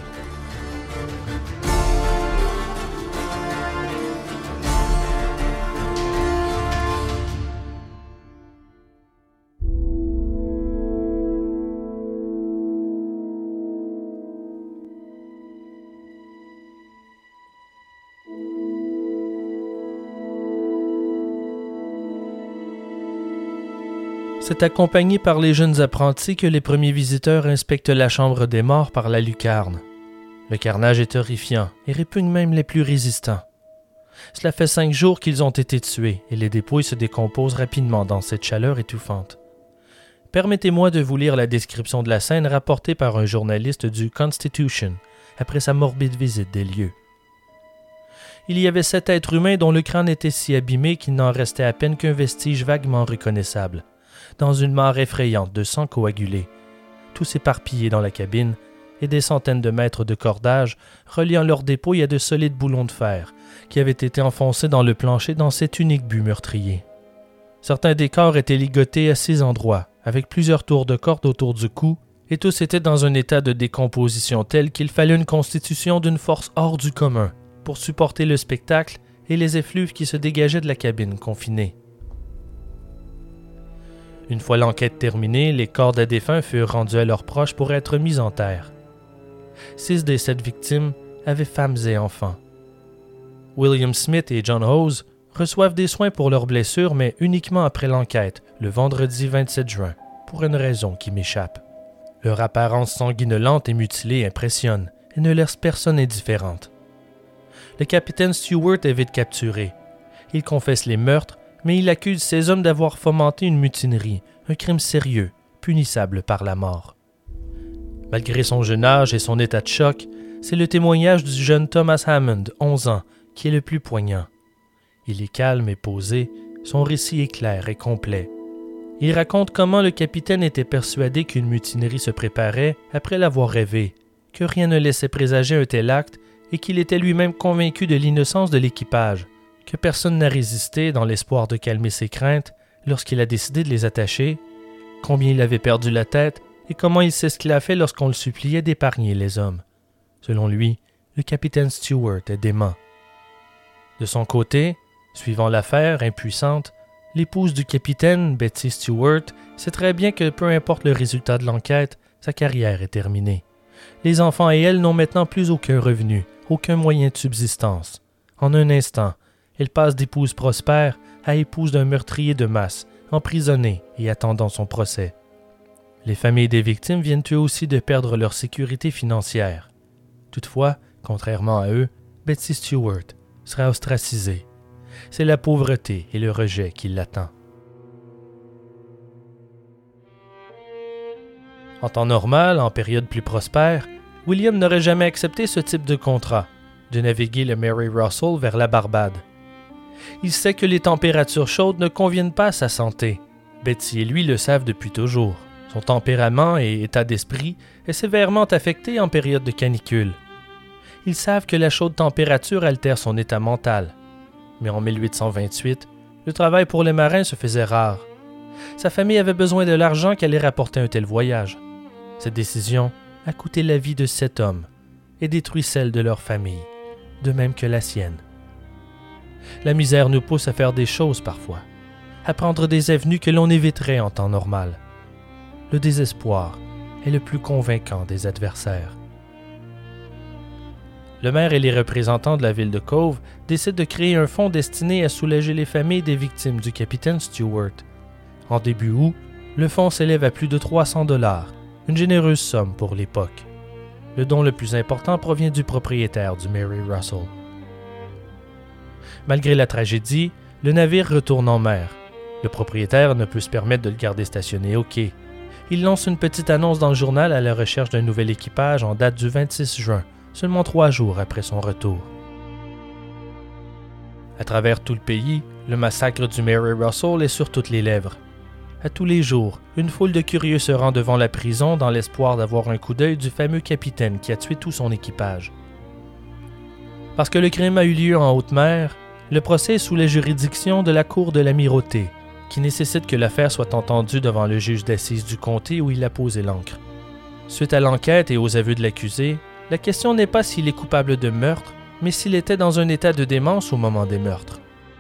S2: C'est accompagné par les jeunes apprentis que les premiers visiteurs inspectent la chambre des morts par la lucarne. Le carnage est horrifiant et répugne même les plus résistants. Cela fait 5 jours qu'ils ont été tués et les dépouilles se décomposent rapidement dans cette chaleur étouffante. Permettez-moi de vous lire la description de la scène rapportée par un journaliste du Constitution après sa morbide visite des lieux. Il y avait 7 êtres humains dont le crâne était si abîmé qu'il n'en restait à peine qu'un vestige vaguement reconnaissable, dans une mare effrayante de sang coagulé, tous éparpillés dans la cabine, et des centaines de mètres de cordage reliant leurs dépouilles à de solides boulons de fer qui avaient été enfoncés dans le plancher dans cet unique but meurtrier. Certains des corps étaient ligotés à 6 endroits, avec plusieurs tours de corde autour du cou, et tous étaient dans un état de décomposition tel qu'il fallait une constitution d'une force hors du commun pour supporter le spectacle et les effluves qui se dégageaient de la cabine confinée. Une fois l'enquête terminée, les corps des défunts furent rendus à leurs proches pour être mis en terre. 6 des 7 victimes avaient femmes et enfants. William Smith et John Hose, reçoivent des soins pour leurs blessures, mais uniquement après l'enquête, le vendredi 27 juin, pour une raison qui m'échappe. Leur apparence sanguinolente et mutilée impressionne et ne laisse personne indifférente. Le capitaine Stewart est vite capturé. Il confesse les meurtres, mais il accuse ces hommes d'avoir fomenté une mutinerie, un crime sérieux, punissable par la mort. Malgré son jeune âge et son état de choc, c'est le témoignage du jeune Thomas Hammond, 11 ans, qui est le plus poignant. Il est calme et posé, son récit est clair et complet. Il raconte comment le capitaine était persuadé qu'une mutinerie se préparait après l'avoir rêvé, que rien ne laissait présager un tel acte et qu'il était lui-même convaincu de l'innocence de l'équipage, que personne n'a résisté dans l'espoir de calmer ses craintes lorsqu'il a décidé de les attacher, combien il avait perdu la tête et comment il s'esclaffait lorsqu'on le suppliait d'épargner les hommes. Selon lui, le capitaine Stewart est dément. De son côté, suivant l'affaire, impuissante, l'épouse du capitaine, Betty Stewart, sait très bien que peu importe le résultat de l'enquête, sa carrière est terminée. Les enfants et elle n'ont maintenant plus aucun revenu, aucun moyen de subsistance. En un instant, elle passe d'épouse prospère à épouse d'un meurtrier de masse, emprisonné et attendant son procès. Les familles des victimes viennent eux aussi de perdre leur sécurité financière. Toutefois, contrairement à eux, Betty Stewart sera ostracisée. C'est la pauvreté et le rejet qui l'attend. En temps normal, en période plus prospère, William n'aurait jamais accepté ce type de contrat, de naviguer le Mary Russell vers la Barbade. Il sait que les températures chaudes ne conviennent pas à sa santé. Betty et lui le savent depuis toujours. Son tempérament et état d'esprit est sévèrement affecté en période de canicule. Ils savent que la chaude température altère son état mental. Mais en 1828, le travail pour les marins se faisait rare. Sa famille avait besoin de l'argent qu'allait rapporter un tel voyage. Cette décision a coûté la vie de 7 hommes et détruit celle de leur famille, de même que la sienne. La misère nous pousse à faire des choses parfois, à prendre des avenues que l'on éviterait en temps normal. Le désespoir est le plus convaincant des adversaires. Le maire et les représentants de la ville de Cove décident de créer un fonds destiné à soulager les familles des victimes du capitaine Stewart. En début août, le fonds s'élève à plus de 300 $, une généreuse somme pour l'époque. Le don le plus important provient du propriétaire du Mary Russell. Malgré la tragédie, le navire retourne en mer. Le propriétaire ne peut se permettre de le garder stationné au quai. Il lance une petite annonce dans le journal à la recherche d'un nouvel équipage en date du 26 juin, seulement 3 jours après son retour. À travers tout le pays, le massacre du Mary Russell est sur toutes les lèvres. À tous les jours, une foule de curieux se rend devant la prison dans l'espoir d'avoir un coup d'œil du fameux capitaine qui a tué tout son équipage. Parce que le crime a eu lieu en haute mer, le procès est sous la juridiction de la Cour de l'Amirauté, qui nécessite que l'affaire soit entendue devant le juge d'assises du comté où il a posé l'ancre. Suite à l'enquête et aux aveux de l'accusé, la question n'est pas s'il est coupable de meurtre, mais s'il était dans un état de démence au moment des meurtres.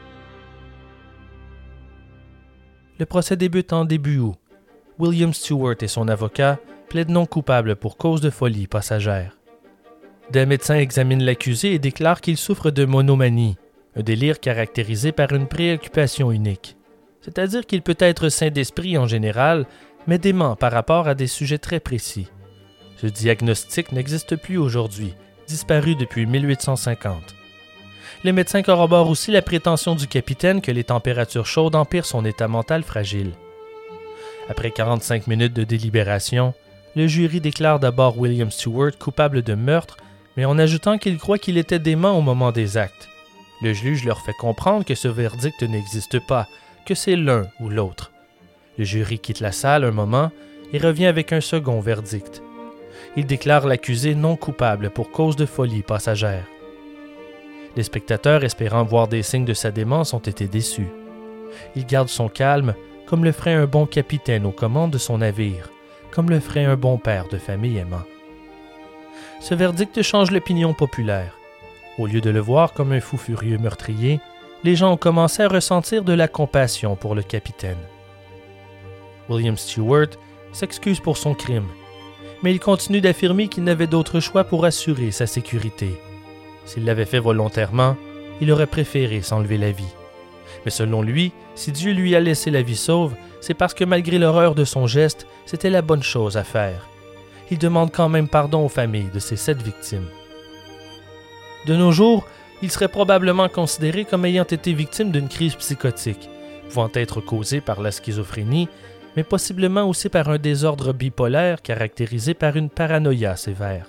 S2: Le procès débute en début août. William Stewart et son avocat plaident non coupables pour cause de folie passagère. Des médecins examinent l'accusé et déclarent qu'il souffre de monomanie, un délire caractérisé par une préoccupation unique. C'est-à-dire qu'il peut être sain d'esprit en général, mais dément par rapport à des sujets très précis. Ce diagnostic n'existe plus aujourd'hui, disparu depuis 1850. Les médecins corroborent aussi la prétention du capitaine que les températures chaudes empirent son état mental fragile. Après 45 minutes de délibération, le jury déclare d'abord William Stewart coupable de meurtre, mais en ajoutant qu'il croit qu'il était dément au moment des actes. Le juge leur fait comprendre que ce verdict n'existe pas, que c'est l'un ou l'autre. Le jury quitte la salle un moment et revient avec un second verdict. Il déclare l'accusé non coupable pour cause de folie passagère. Les spectateurs, espérant voir des signes de sa démence, ont été déçus. Il garde son calme, comme le ferait un bon capitaine aux commandes de son navire, comme le ferait un bon père de famille aimant. Ce verdict change l'opinion populaire. Au lieu de le voir comme un fou furieux meurtrier, les gens ont commencé à ressentir de la compassion pour le capitaine. William Stewart s'excuse pour son crime, mais il continue d'affirmer qu'il n'avait d'autre choix pour assurer sa sécurité. S'il l'avait fait volontairement, il aurait préféré s'enlever la vie. Mais selon lui, si Dieu lui a laissé la vie sauve, c'est parce que malgré l'horreur de son geste, c'était la bonne chose à faire. Il demande quand même pardon aux familles de ses 7 victimes. De nos jours, il serait probablement considéré comme ayant été victime d'une crise psychotique, pouvant être causée par la schizophrénie, mais possiblement aussi par un désordre bipolaire caractérisé par une paranoïa sévère.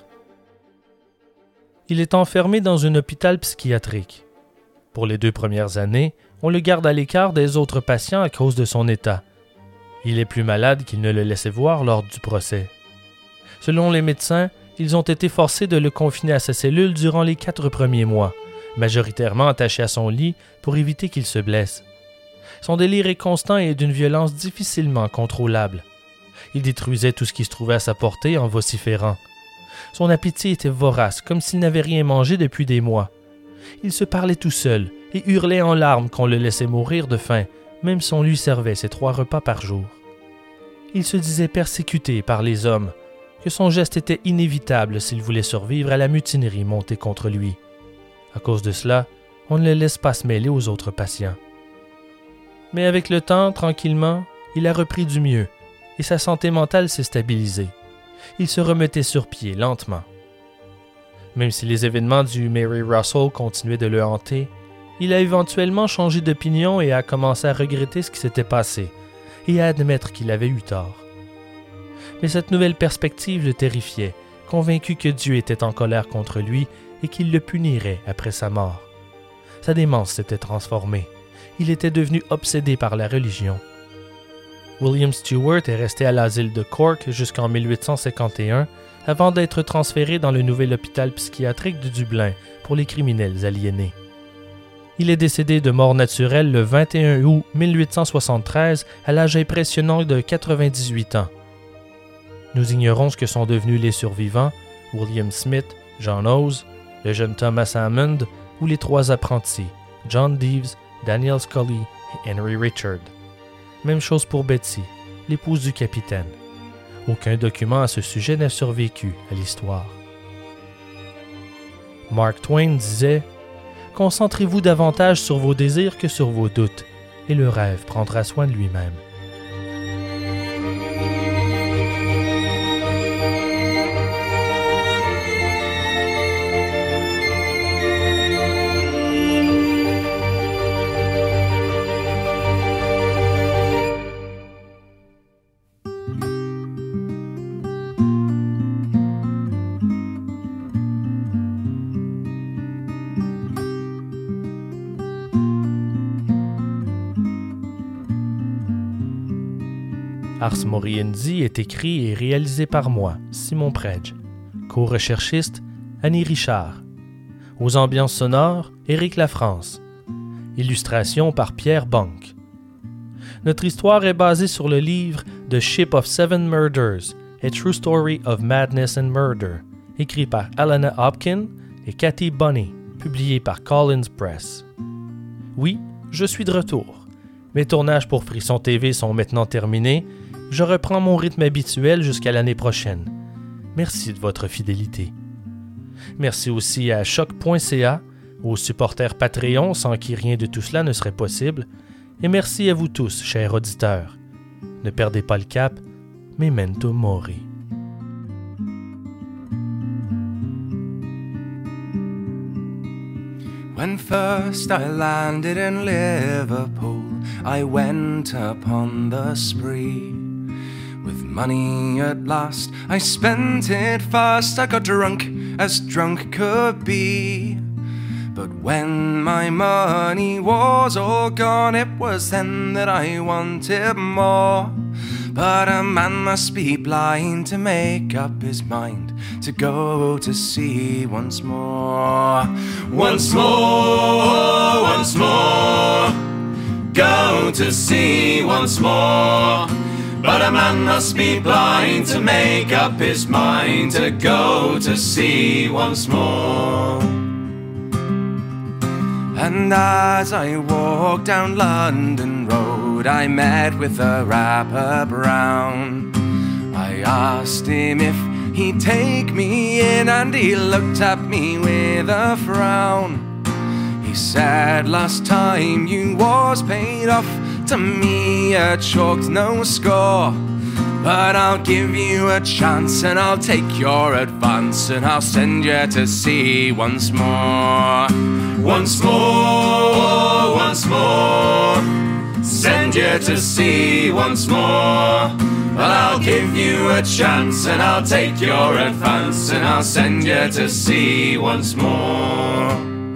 S2: Il est enfermé dans un hôpital psychiatrique. Pour les 2 premières années, on le garde à l'écart des autres patients à cause de son état. Il est plus malade qu'il ne le laissait voir lors du procès. Selon les médecins, ils ont été forcés de le confiner à sa cellule durant les 4 premiers mois, majoritairement attaché à son lit pour éviter qu'il se blesse. Son délire est constant et d'une violence difficilement contrôlable. Il détruisait tout ce qui se trouvait à sa portée en vociférant. Son appétit était vorace, comme s'il n'avait rien mangé depuis des mois. Il se parlait tout seul et hurlait en larmes qu'on le laissait mourir de faim, même si on lui servait ses 3 repas par jour. Il se disait persécuté par les hommes, que son geste était inévitable s'il voulait survivre à la mutinerie montée contre lui. À cause de cela, on ne le laisse pas se mêler aux autres patients. Mais avec le temps, tranquillement, il a repris du mieux et sa santé mentale s'est stabilisée. Il se remettait sur pied lentement. Même si les événements du Mary Russell continuaient de le hanter, il a éventuellement changé d'opinion et a commencé à regretter ce qui s'était passé et à admettre qu'il avait eu tort. Mais cette nouvelle perspective le terrifiait, convaincu que Dieu était en colère contre lui et qu'il le punirait après sa mort. Sa démence s'était transformée. Il était devenu obsédé par la religion. William Stewart est resté à l'asile de Cork jusqu'en 1851 avant d'être transféré dans le nouvel hôpital psychiatrique de Dublin pour les criminels aliénés. Il est décédé de mort naturelle le 21 août 1873 à l'âge impressionnant de 98 ans. Nous ignorons ce que sont devenus les survivants, William Smith, John Hawes, le jeune Thomas Hammond ou les 3 apprentis, John Deeves, Daniel Scully et Henry Richard. Même chose pour Betsy, l'épouse du capitaine. Aucun document à ce sujet n'a survécu à l'histoire. Mark Twain disait « Concentrez-vous davantage sur vos désirs que sur vos doutes, et le rêve prendra soin de lui-même. » Ars Moriendi est écrit et réalisé par moi, Simon Predge. Co-recherchiste, Annie Richard. Aux ambiances sonores, Éric Lafrance. Illustration par Pierre Banque. Notre histoire est basée sur le livre The Ship of Seven Murders, A True Story of Madness and Murder, écrit par Alana Hopkin et Cathy Bunny, publié par Collins Press. Oui, je suis de retour. Mes tournages pour Frisson TV sont maintenant terminés. Je reprends mon rythme habituel jusqu'à l'année prochaine. Merci de votre fidélité. Merci aussi à choc.ca, aux supporters Patreon sans qui rien de tout cela ne serait possible, et merci à vous tous, chers auditeurs. Ne perdez pas le cap, memento mori.
S4: When first I landed in Liverpool, I went upon the spree. With money at last, I spent it fast. I got drunk as drunk could be. But when my money was all gone, it was then that I wanted more. But a man must be blind to make up his mind to go to sea once more. Once more, once more, go to sea once more. But a man must be blind to make up his mind to go to sea once more. And as I walked down London Road, I met with a rapper Brown. I asked him if he'd take me in, and he looked at me with a frown. He said last time you was paid off. To me you chalked no score. But I'll give you a chance and I'll take your advance and I'll send you to sea once more. Once more, once more. Send you to sea once more. Well, I'll give you a chance and I'll take your advance and I'll send you to sea once more.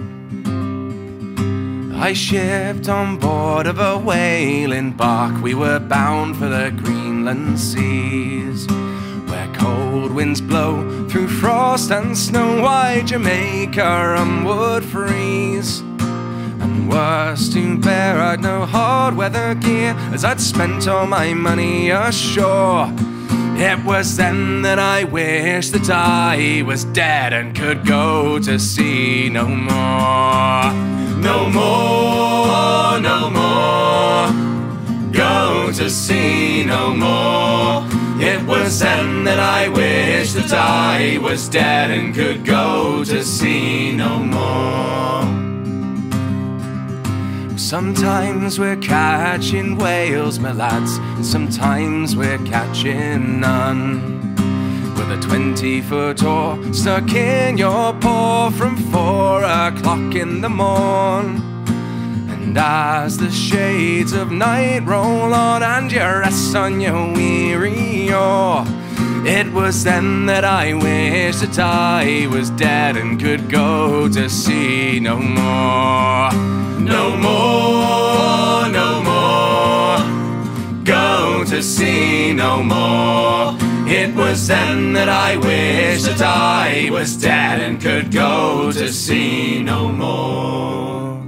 S4: I shipped on board of a whaling bark. We were bound for the Greenland seas, where cold winds blow through frost and snow. Why Jamaica would freeze. And worse to bear, I'd no hard weather gear, as I'd spent all my money ashore. It was then that I wished that I was dead and could go to sea no more. No more, no more. Go to sea no more. It was then that I wished that I was dead and could go to sea no more. Sometimes we're catching whales, my lads, and sometimes we're catching none. With a 20-foot oar stuck in your paw from 4 o'clock in the morn. And as the shades of night roll on and you rest on your weary oar, it was then that I wished that I was dead and could go to sea no more. No more, no more. Go to sea no more. It was then that I wished that I was dead and could go to sea no more.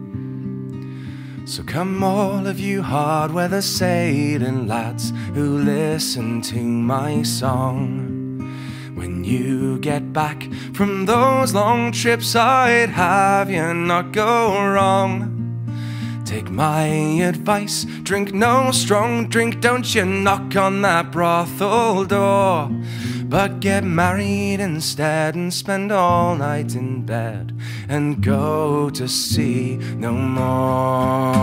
S4: So come all of you hard weather sailing lads who listen to my song. When you get back from those long trips, I'd have you not go wrong. Take my advice, drink no strong drink, don't you knock on that brothel door. But get married instead and spend all night in bed and go to sea no more.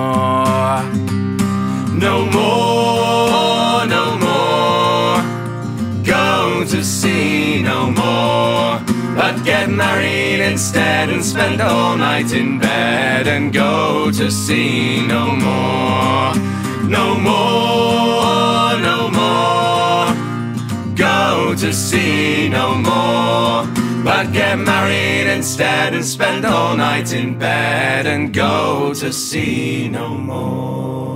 S4: No more, no more. Go to sea no more. But get married instead and spend all night in bed and go to sea no more. No more, no more. Go to sea no more. But get married instead and spend all night in bed and go to sea no more.